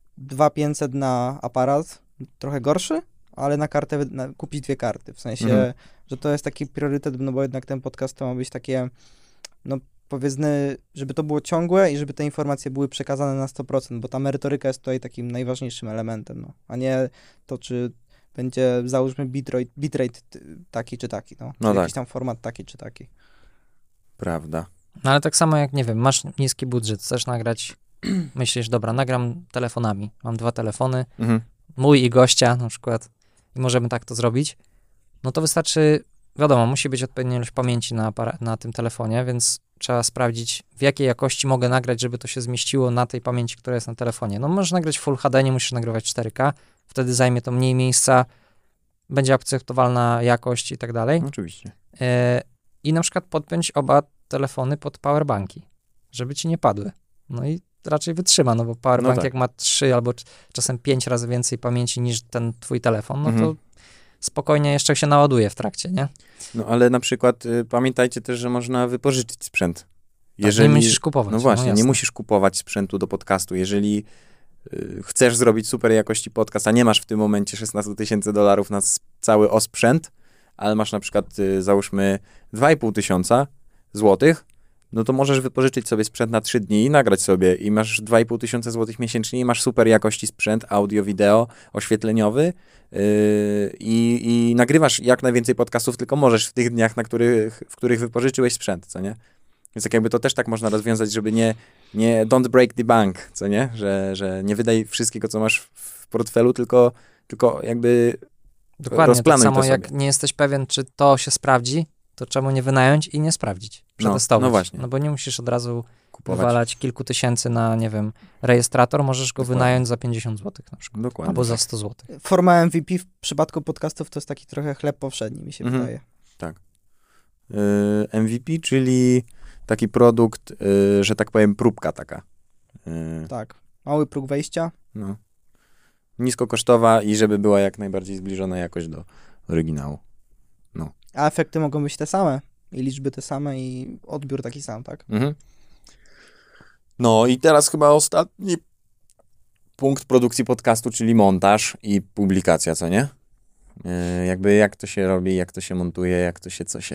2500 na aparat, trochę gorszy, ale na kartę kupić 2 karty. W sensie, że to jest taki priorytet, no bo jednak ten podcast to ma być takie, no powiedzmy, żeby to było ciągłe i żeby te informacje były przekazane na 100%, bo ta merytoryka jest tutaj takim najważniejszym elementem, no, a nie to, czy będzie, załóżmy, bitrate taki czy taki, no, czy jakiś tam format taki czy taki. Prawda. No ale tak samo jak, nie wiem, masz niski budżet, chcesz nagrać, myślisz, dobra, nagram telefonami, mam 2 telefony, mój i gościa na przykład i możemy tak to zrobić, no to wystarczy, wiadomo, musi być odpowiednia ilość pamięci na tym telefonie, więc trzeba sprawdzić, w jakiej jakości mogę nagrać, żeby to się zmieściło na tej pamięci, która jest na telefonie. No możesz nagrać Full HD, nie musisz nagrywać 4K, wtedy zajmie to mniej miejsca, będzie akceptowalna jakość i tak dalej. Oczywiście. I na przykład podpiąć oba telefony pod powerbanki, żeby ci nie padły. No i raczej wytrzyma, no bo powerbank jak ma 3 albo czasem 5 razy więcej pamięci niż ten twój telefon, no to spokojnie jeszcze się naładuje w trakcie, nie? No ale na przykład pamiętajcie też, że można wypożyczyć sprzęt. Jeżeli, nie musisz kupować. No właśnie, nie musisz kupować sprzętu do podcastu. Jeżeli chcesz zrobić super jakości podcast, a nie masz w tym momencie $16,000 na cały osprzęt, ale masz na przykład, załóżmy, 2,5 złotych, no to możesz wypożyczyć sobie sprzęt na 3 dni i nagrać sobie i masz 2,5 złotych miesięcznie i masz super jakości sprzęt, audio, wideo, oświetleniowy i nagrywasz jak najwięcej podcastów, tylko możesz w tych dniach, w których wypożyczyłeś sprzęt, co nie? Więc tak jakby to też tak można rozwiązać, żeby nie don't break the bank, co nie? Że nie wydaj wszystkiego, co masz w portfelu, tylko jakby Dokładnie, rozplanuj tak samo to jak sobie. nie jesteś pewien, czy to się sprawdzi, to czemu nie wynająć i nie sprawdzić, przetestować. No właśnie. No bo nie musisz od razu Kupować. wywalać kilku tysięcy na, nie wiem, rejestrator, możesz go Dokładnie. wynająć za 50 zł na przykład, Dokładnie. albo za 100 zł. Forma MVP w przypadku podcastów to jest taki trochę chleb powszedni, mi się Mhm. wydaje. MVP, czyli taki produkt, że tak powiem, próbka taka. Tak. Mały próg wejścia. No. Niskokosztowa i żeby była jak najbardziej zbliżona jakoś do oryginału. A efekty mogą być te same. I liczby te same i odbiór taki sam, tak? Mhm. No i teraz chyba ostatni punkt produkcji podcastu, czyli montaż i publikacja, co nie? Jakby jak to się robi, jak to się montuje, jak to się, co się...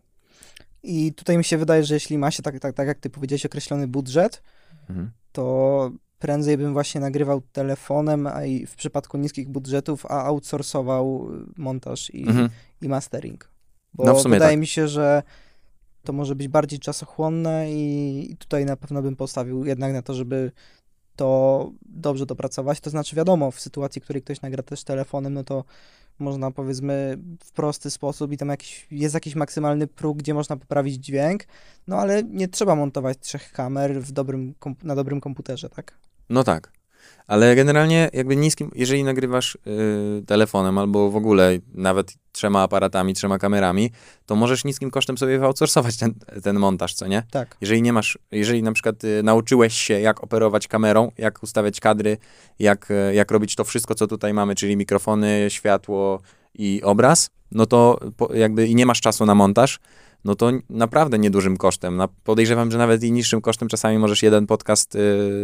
I tutaj mi się wydaje, że jeśli ma się tak jak ty powiedziałeś, określony budżet, Mhm. to prędzej bym właśnie nagrywał telefonem, a i w przypadku niskich budżetów, a outsourcował montaż Mhm. i mastering. Bo No w sumie wydaje tak. mi się, że to może być bardziej czasochłonne i tutaj na pewno bym postawił jednak na to, żeby to dobrze dopracować. To znaczy wiadomo, w sytuacji, w której ktoś nagra też telefonem, no to można powiedzmy w prosty sposób i tam jest jakiś maksymalny próg, gdzie można poprawić dźwięk, no ale nie trzeba montować 3 kamer na dobrym komputerze, tak? No tak. Ale generalnie jakby niskim, jeżeli nagrywasz telefonem albo w ogóle nawet 3 aparatami, 3 kamerami, to możesz niskim kosztem sobie wyoutsourcować ten montaż, co nie? Tak. Jeżeli na przykład nauczyłeś się, jak operować kamerą, jak ustawiać kadry, jak robić to wszystko, co tutaj mamy, czyli mikrofony, światło i obraz, no to jakby i nie masz czasu na montaż, no to naprawdę niedużym kosztem. Podejrzewam, że nawet i niższym kosztem czasami możesz jeden podcast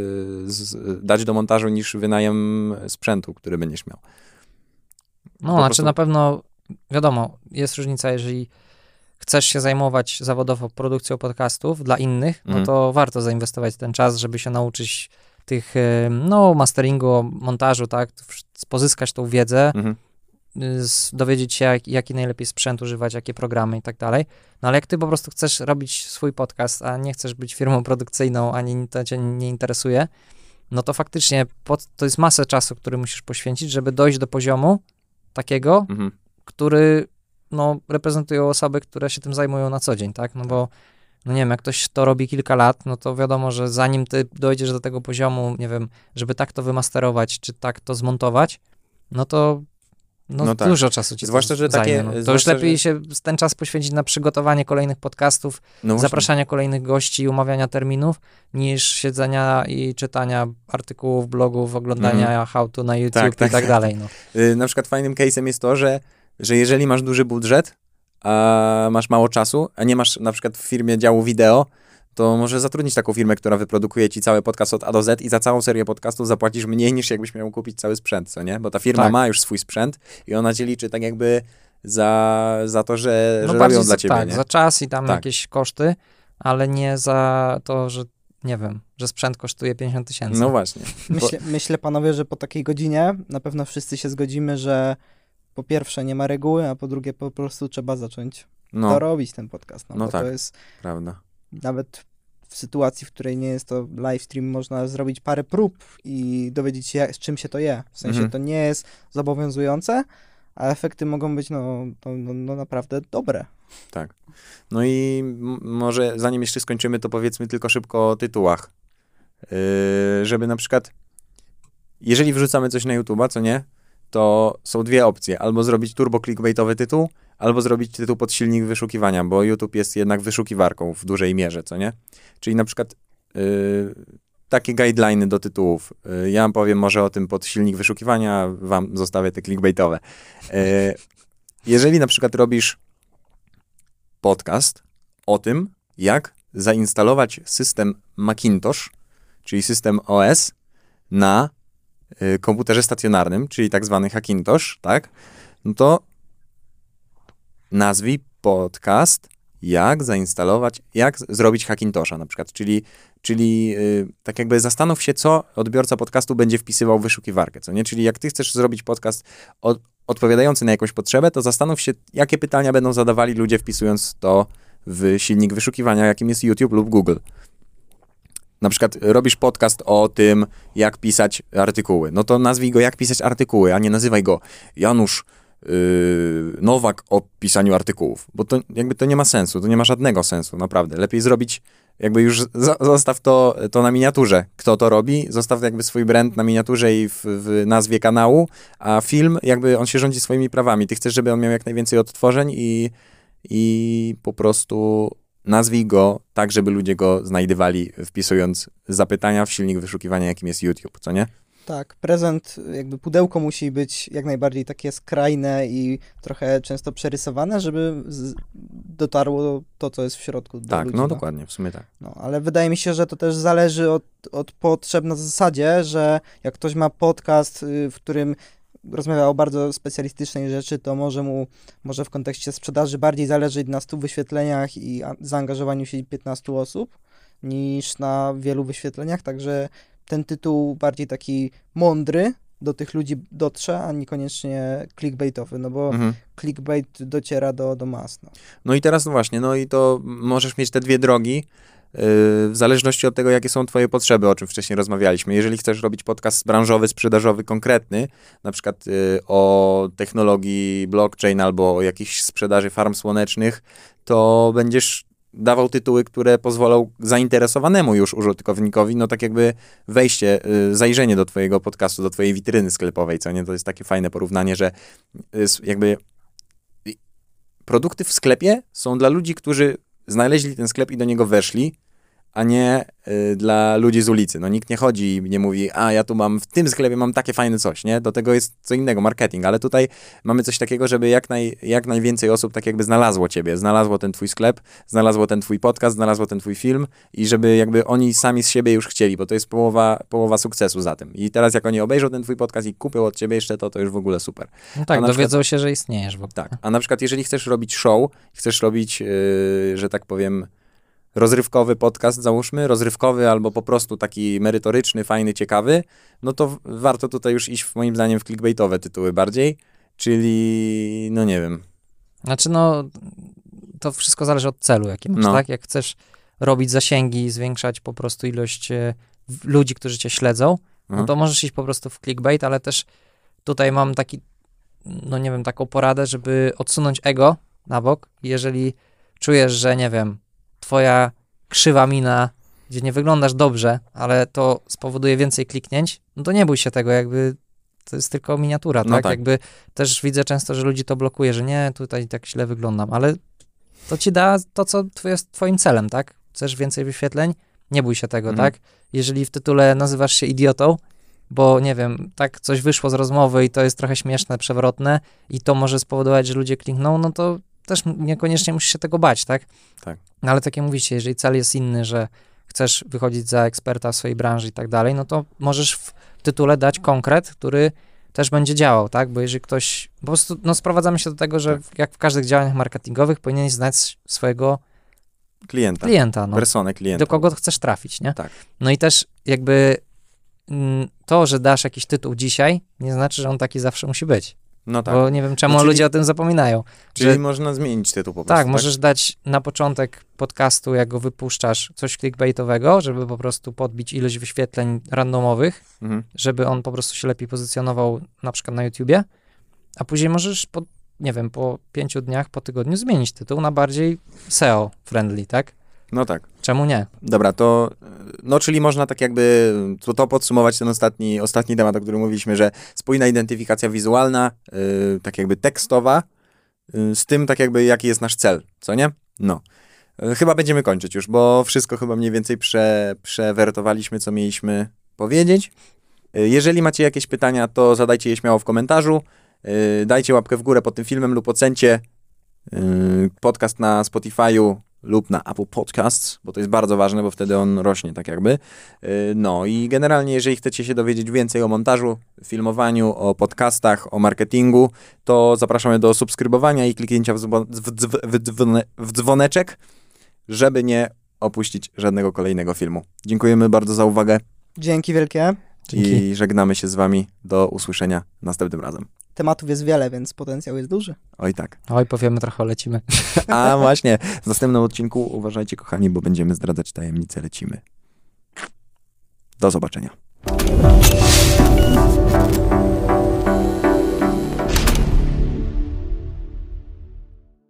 dać do montażu niż wynajem sprzętu, który będziesz miał. No, Po znaczy prostu- na pewno, wiadomo, jest różnica, jeżeli chcesz się zajmować zawodowo produkcją podcastów dla innych, no Mhm. to warto zainwestować ten czas, żeby się nauczyć tych, no, masteringu, montażu, tak, pozyskać tą wiedzę, Mhm. dowiedzieć się, jaki najlepiej sprzęt używać, jakie programy i tak dalej. No ale jak ty po prostu chcesz robić swój podcast, a nie chcesz być firmą produkcyjną, ani to cię nie interesuje, no to faktycznie to jest masę czasu, który musisz poświęcić, żeby dojść do poziomu takiego, Mhm. który, no, reprezentują osoby, które się tym zajmują na co dzień, tak? No bo, no nie wiem, jak ktoś to robi kilka lat, no to wiadomo, że zanim ty dojdziesz do tego poziomu, nie wiem, żeby tak to wymasterować, czy tak to zmontować, no to No tak. dużo czasu ci Zwłaszcza, to że zajmie. takie- No. To już zwłaszcza, lepiej że- się ten czas poświęcić na przygotowanie kolejnych podcastów, No właśnie. zapraszania kolejnych gości, umawiania terminów, niż siedzenia i czytania artykułów, blogów, oglądania how to na YouTube Tak, tak, i tak tak. dalej. No. Na przykład fajnym case'em jest to, że jeżeli masz duży budżet, a masz mało czasu, a nie masz na przykład w firmie działu wideo, to możesz zatrudnić taką firmę, która wyprodukuje ci cały podcast od A do Z i za całą serię podcastów zapłacisz mniej niż jakbyś miał kupić cały sprzęt, co nie? Bo ta firma Tak. ma już swój sprzęt i ona cię liczy tak jakby za to, że No robią bardziej dla ciebie, tak, nie? za czas i tam Tak. jakieś koszty, ale nie za to, że nie wiem, że sprzęt kosztuje 50 tysięcy. No właśnie. Myślę, panowie, że po takiej godzinie na pewno wszyscy się zgodzimy, że po pierwsze nie ma reguły, a po drugie po prostu trzeba zacząć No, robić ten podcast. No Bo tak. to jest prawda. nawet w sytuacji, w której nie jest to live stream, można zrobić parę prób i dowiedzieć się, z czym się to je. W sensie Mhm. to nie jest zobowiązujące, a efekty mogą być no naprawdę dobre. Tak. No i może zanim jeszcze skończymy, to powiedzmy tylko szybko o tytułach. Żeby na przykład, jeżeli wrzucamy coś na YouTube'a, co nie, to są 2 opcje. Albo zrobić turbo clickbaitowy tytuł, albo zrobić tytuł pod silnik wyszukiwania, bo YouTube jest jednak wyszukiwarką w dużej mierze, co nie? Czyli na przykład takie guideliny do tytułów. Ja powiem może o tym pod silnik wyszukiwania, wam zostawię te clickbaitowe. Jeżeli na przykład robisz podcast o tym, jak zainstalować system Macintosh, czyli system OS na komputerze stacjonarnym, czyli tak zwany Hackintosh, tak? No to nazwij podcast jak zrobić Hackintosha na przykład, czyli tak jakby zastanów się, co odbiorca podcastu będzie wpisywał w wyszukiwarkę, co nie? Czyli jak ty chcesz zrobić podcast odpowiadający na jakąś potrzebę, to zastanów się, jakie pytania będą zadawali ludzie wpisując to w silnik wyszukiwania, jakim jest YouTube lub Google. Na przykład robisz podcast o tym, jak pisać artykuły. No to nazwij go jak pisać artykuły, a nie nazywaj go Janusz Nowak o pisaniu artykułów, bo to nie ma sensu, to nie ma żadnego sensu, naprawdę. Lepiej zrobić, jakby już zostaw to na miniaturze, kto to robi, zostaw jakby swój brand na miniaturze i w nazwie kanału, a film jakby on się rządzi swoimi prawami. Ty chcesz, żeby on miał jak najwięcej odtworzeń i po prostu nazwij go tak, żeby ludzie go znajdywali, wpisując zapytania w silnik wyszukiwania, jakim jest YouTube, co nie? Tak, prezent, jakby pudełko musi być jak najbardziej takie skrajne i trochę często przerysowane, żeby dotarło to, co jest w środku do ludzi. Tak, no dokładnie, w sumie tak. No, ale wydaje mi się, że to też zależy od potrzeb na zasadzie, że jak ktoś ma podcast, w którym rozmawia o bardzo specjalistycznej rzeczy, to może w kontekście sprzedaży bardziej zależeć na 100 wyświetleniach i zaangażowaniu się 15 osób, niż na wielu wyświetleniach, także ten tytuł bardziej taki mądry do tych ludzi dotrze, a niekoniecznie clickbaitowy, no bo clickbait dociera do mas. No i teraz właśnie, no i to możesz mieć te dwie drogi, w zależności od tego, jakie są twoje potrzeby, o czym wcześniej rozmawialiśmy. Jeżeli chcesz robić podcast branżowy, sprzedażowy, konkretny, na przykład o technologii blockchain albo o jakiejś sprzedaży farm słonecznych, to będziesz dawał tytuły, które pozwolą zainteresowanemu już użytkownikowi, no tak jakby zajrzenie do twojego podcastu, do twojej witryny sklepowej, co nie? To jest takie fajne porównanie, że jakby produkty w sklepie są dla ludzi, którzy znaleźli ten sklep i do niego weszli, a nie dla ludzi z ulicy. No nikt nie chodzi i nie mówi, ja tu w tym sklepie mam takie fajne coś, nie? Do tego jest co innego, marketing, ale tutaj mamy coś takiego, żeby jak najwięcej osób tak jakby znalazło ciebie, znalazło ten twój sklep, znalazło ten twój podcast, znalazło ten twój film i żeby jakby oni sami z siebie już chcieli, bo to jest połowa sukcesu za tym. I teraz jak oni obejrzą ten twój podcast i kupią od ciebie jeszcze to już w ogóle super. No tak, dowiedzą się, że istniejesz w ogóle. Tak, a na przykład jeżeli chcesz robić show, chcesz robić, że tak powiem, rozrywkowy podcast, załóżmy, rozrywkowy albo po prostu taki merytoryczny, fajny, ciekawy, no to warto tutaj już iść moim zdaniem w clickbaitowe tytuły bardziej, czyli no nie wiem. Znaczy to wszystko zależy od celu, jaki masz, tak? Jak chcesz robić zasięgi, zwiększać po prostu ilość ludzi, którzy cię śledzą, no to możesz iść po prostu w clickbait, ale też tutaj mam taką poradę, żeby odsunąć ego na bok. Jeżeli czujesz, że nie wiem, twoja krzywa mina, gdzie nie wyglądasz dobrze, ale to spowoduje więcej kliknięć, no to nie bój się tego, jakby to jest tylko miniatura, tak? Jakby też widzę często, że ludzi to blokuje, że nie, tutaj tak źle wyglądam, ale to ci da to, co jest twoim celem, tak? Chcesz więcej wyświetleń? Nie bój się tego, tak? Jeżeli w tytule nazywasz się idiotą, bo nie wiem, tak coś wyszło z rozmowy i to jest trochę śmieszne, przewrotne i to może spowodować, że ludzie klikną, no to też niekoniecznie musisz się tego bać, tak? Tak. No ale tak jak mówicie, jeżeli cel jest inny, że chcesz wychodzić za eksperta w swojej branży i tak dalej, no to możesz w tytule dać konkret, który też będzie działał, tak? Bo jeżeli ktoś, po prostu, sprowadzamy się do tego, że jak w każdych działaniach marketingowych powinieneś znać swojego klienta, personę klienta. Do kogo chcesz trafić, nie? Tak. No i też jakby to, że dasz jakiś tytuł dzisiaj, nie znaczy, że on taki zawsze musi być. No tak. Bo nie wiem, czemu ludzie o tym zapominają. Czyli można zmienić tytuł po prostu. Tak, możesz dać na początek podcastu, jak go wypuszczasz, coś clickbaitowego, żeby po prostu podbić ilość wyświetleń randomowych, żeby on po prostu się lepiej pozycjonował na przykład na YouTubie, a później możesz po 5 dniach, po tygodniu zmienić tytuł na bardziej SEO friendly, tak? No tak. Czemu nie? Dobra, to czyli można tak jakby to podsumować ten ostatni temat, o którym mówiliśmy, że spójna identyfikacja wizualna, tak jakby tekstowa, z tym tak jakby jaki jest nasz cel, co nie? No. Chyba będziemy kończyć już, bo wszystko chyba mniej więcej przewertowaliśmy, co mieliśmy powiedzieć. Jeżeli macie jakieś pytania, to zadajcie je śmiało w komentarzu. Dajcie łapkę w górę pod tym filmem lub ocencie podcast na Spotify'u lub na Apple Podcasts, bo to jest bardzo ważne, bo wtedy on rośnie tak jakby. No i generalnie, jeżeli chcecie się dowiedzieć więcej o montażu, filmowaniu, o podcastach, o marketingu, to zapraszamy do subskrybowania i kliknięcia w dzwoneczek, żeby nie opuścić żadnego kolejnego filmu. Dziękujemy bardzo za uwagę. Dzięki wielkie. Dzięki. I żegnamy się z wami. Do usłyszenia następnym razem. Tematów jest wiele, więc potencjał jest duży. Oj tak. Oj, powiemy trochę, lecimy. A właśnie, w następnym odcinku uważajcie kochani, bo będziemy zdradzać tajemnice, lecimy. Do zobaczenia.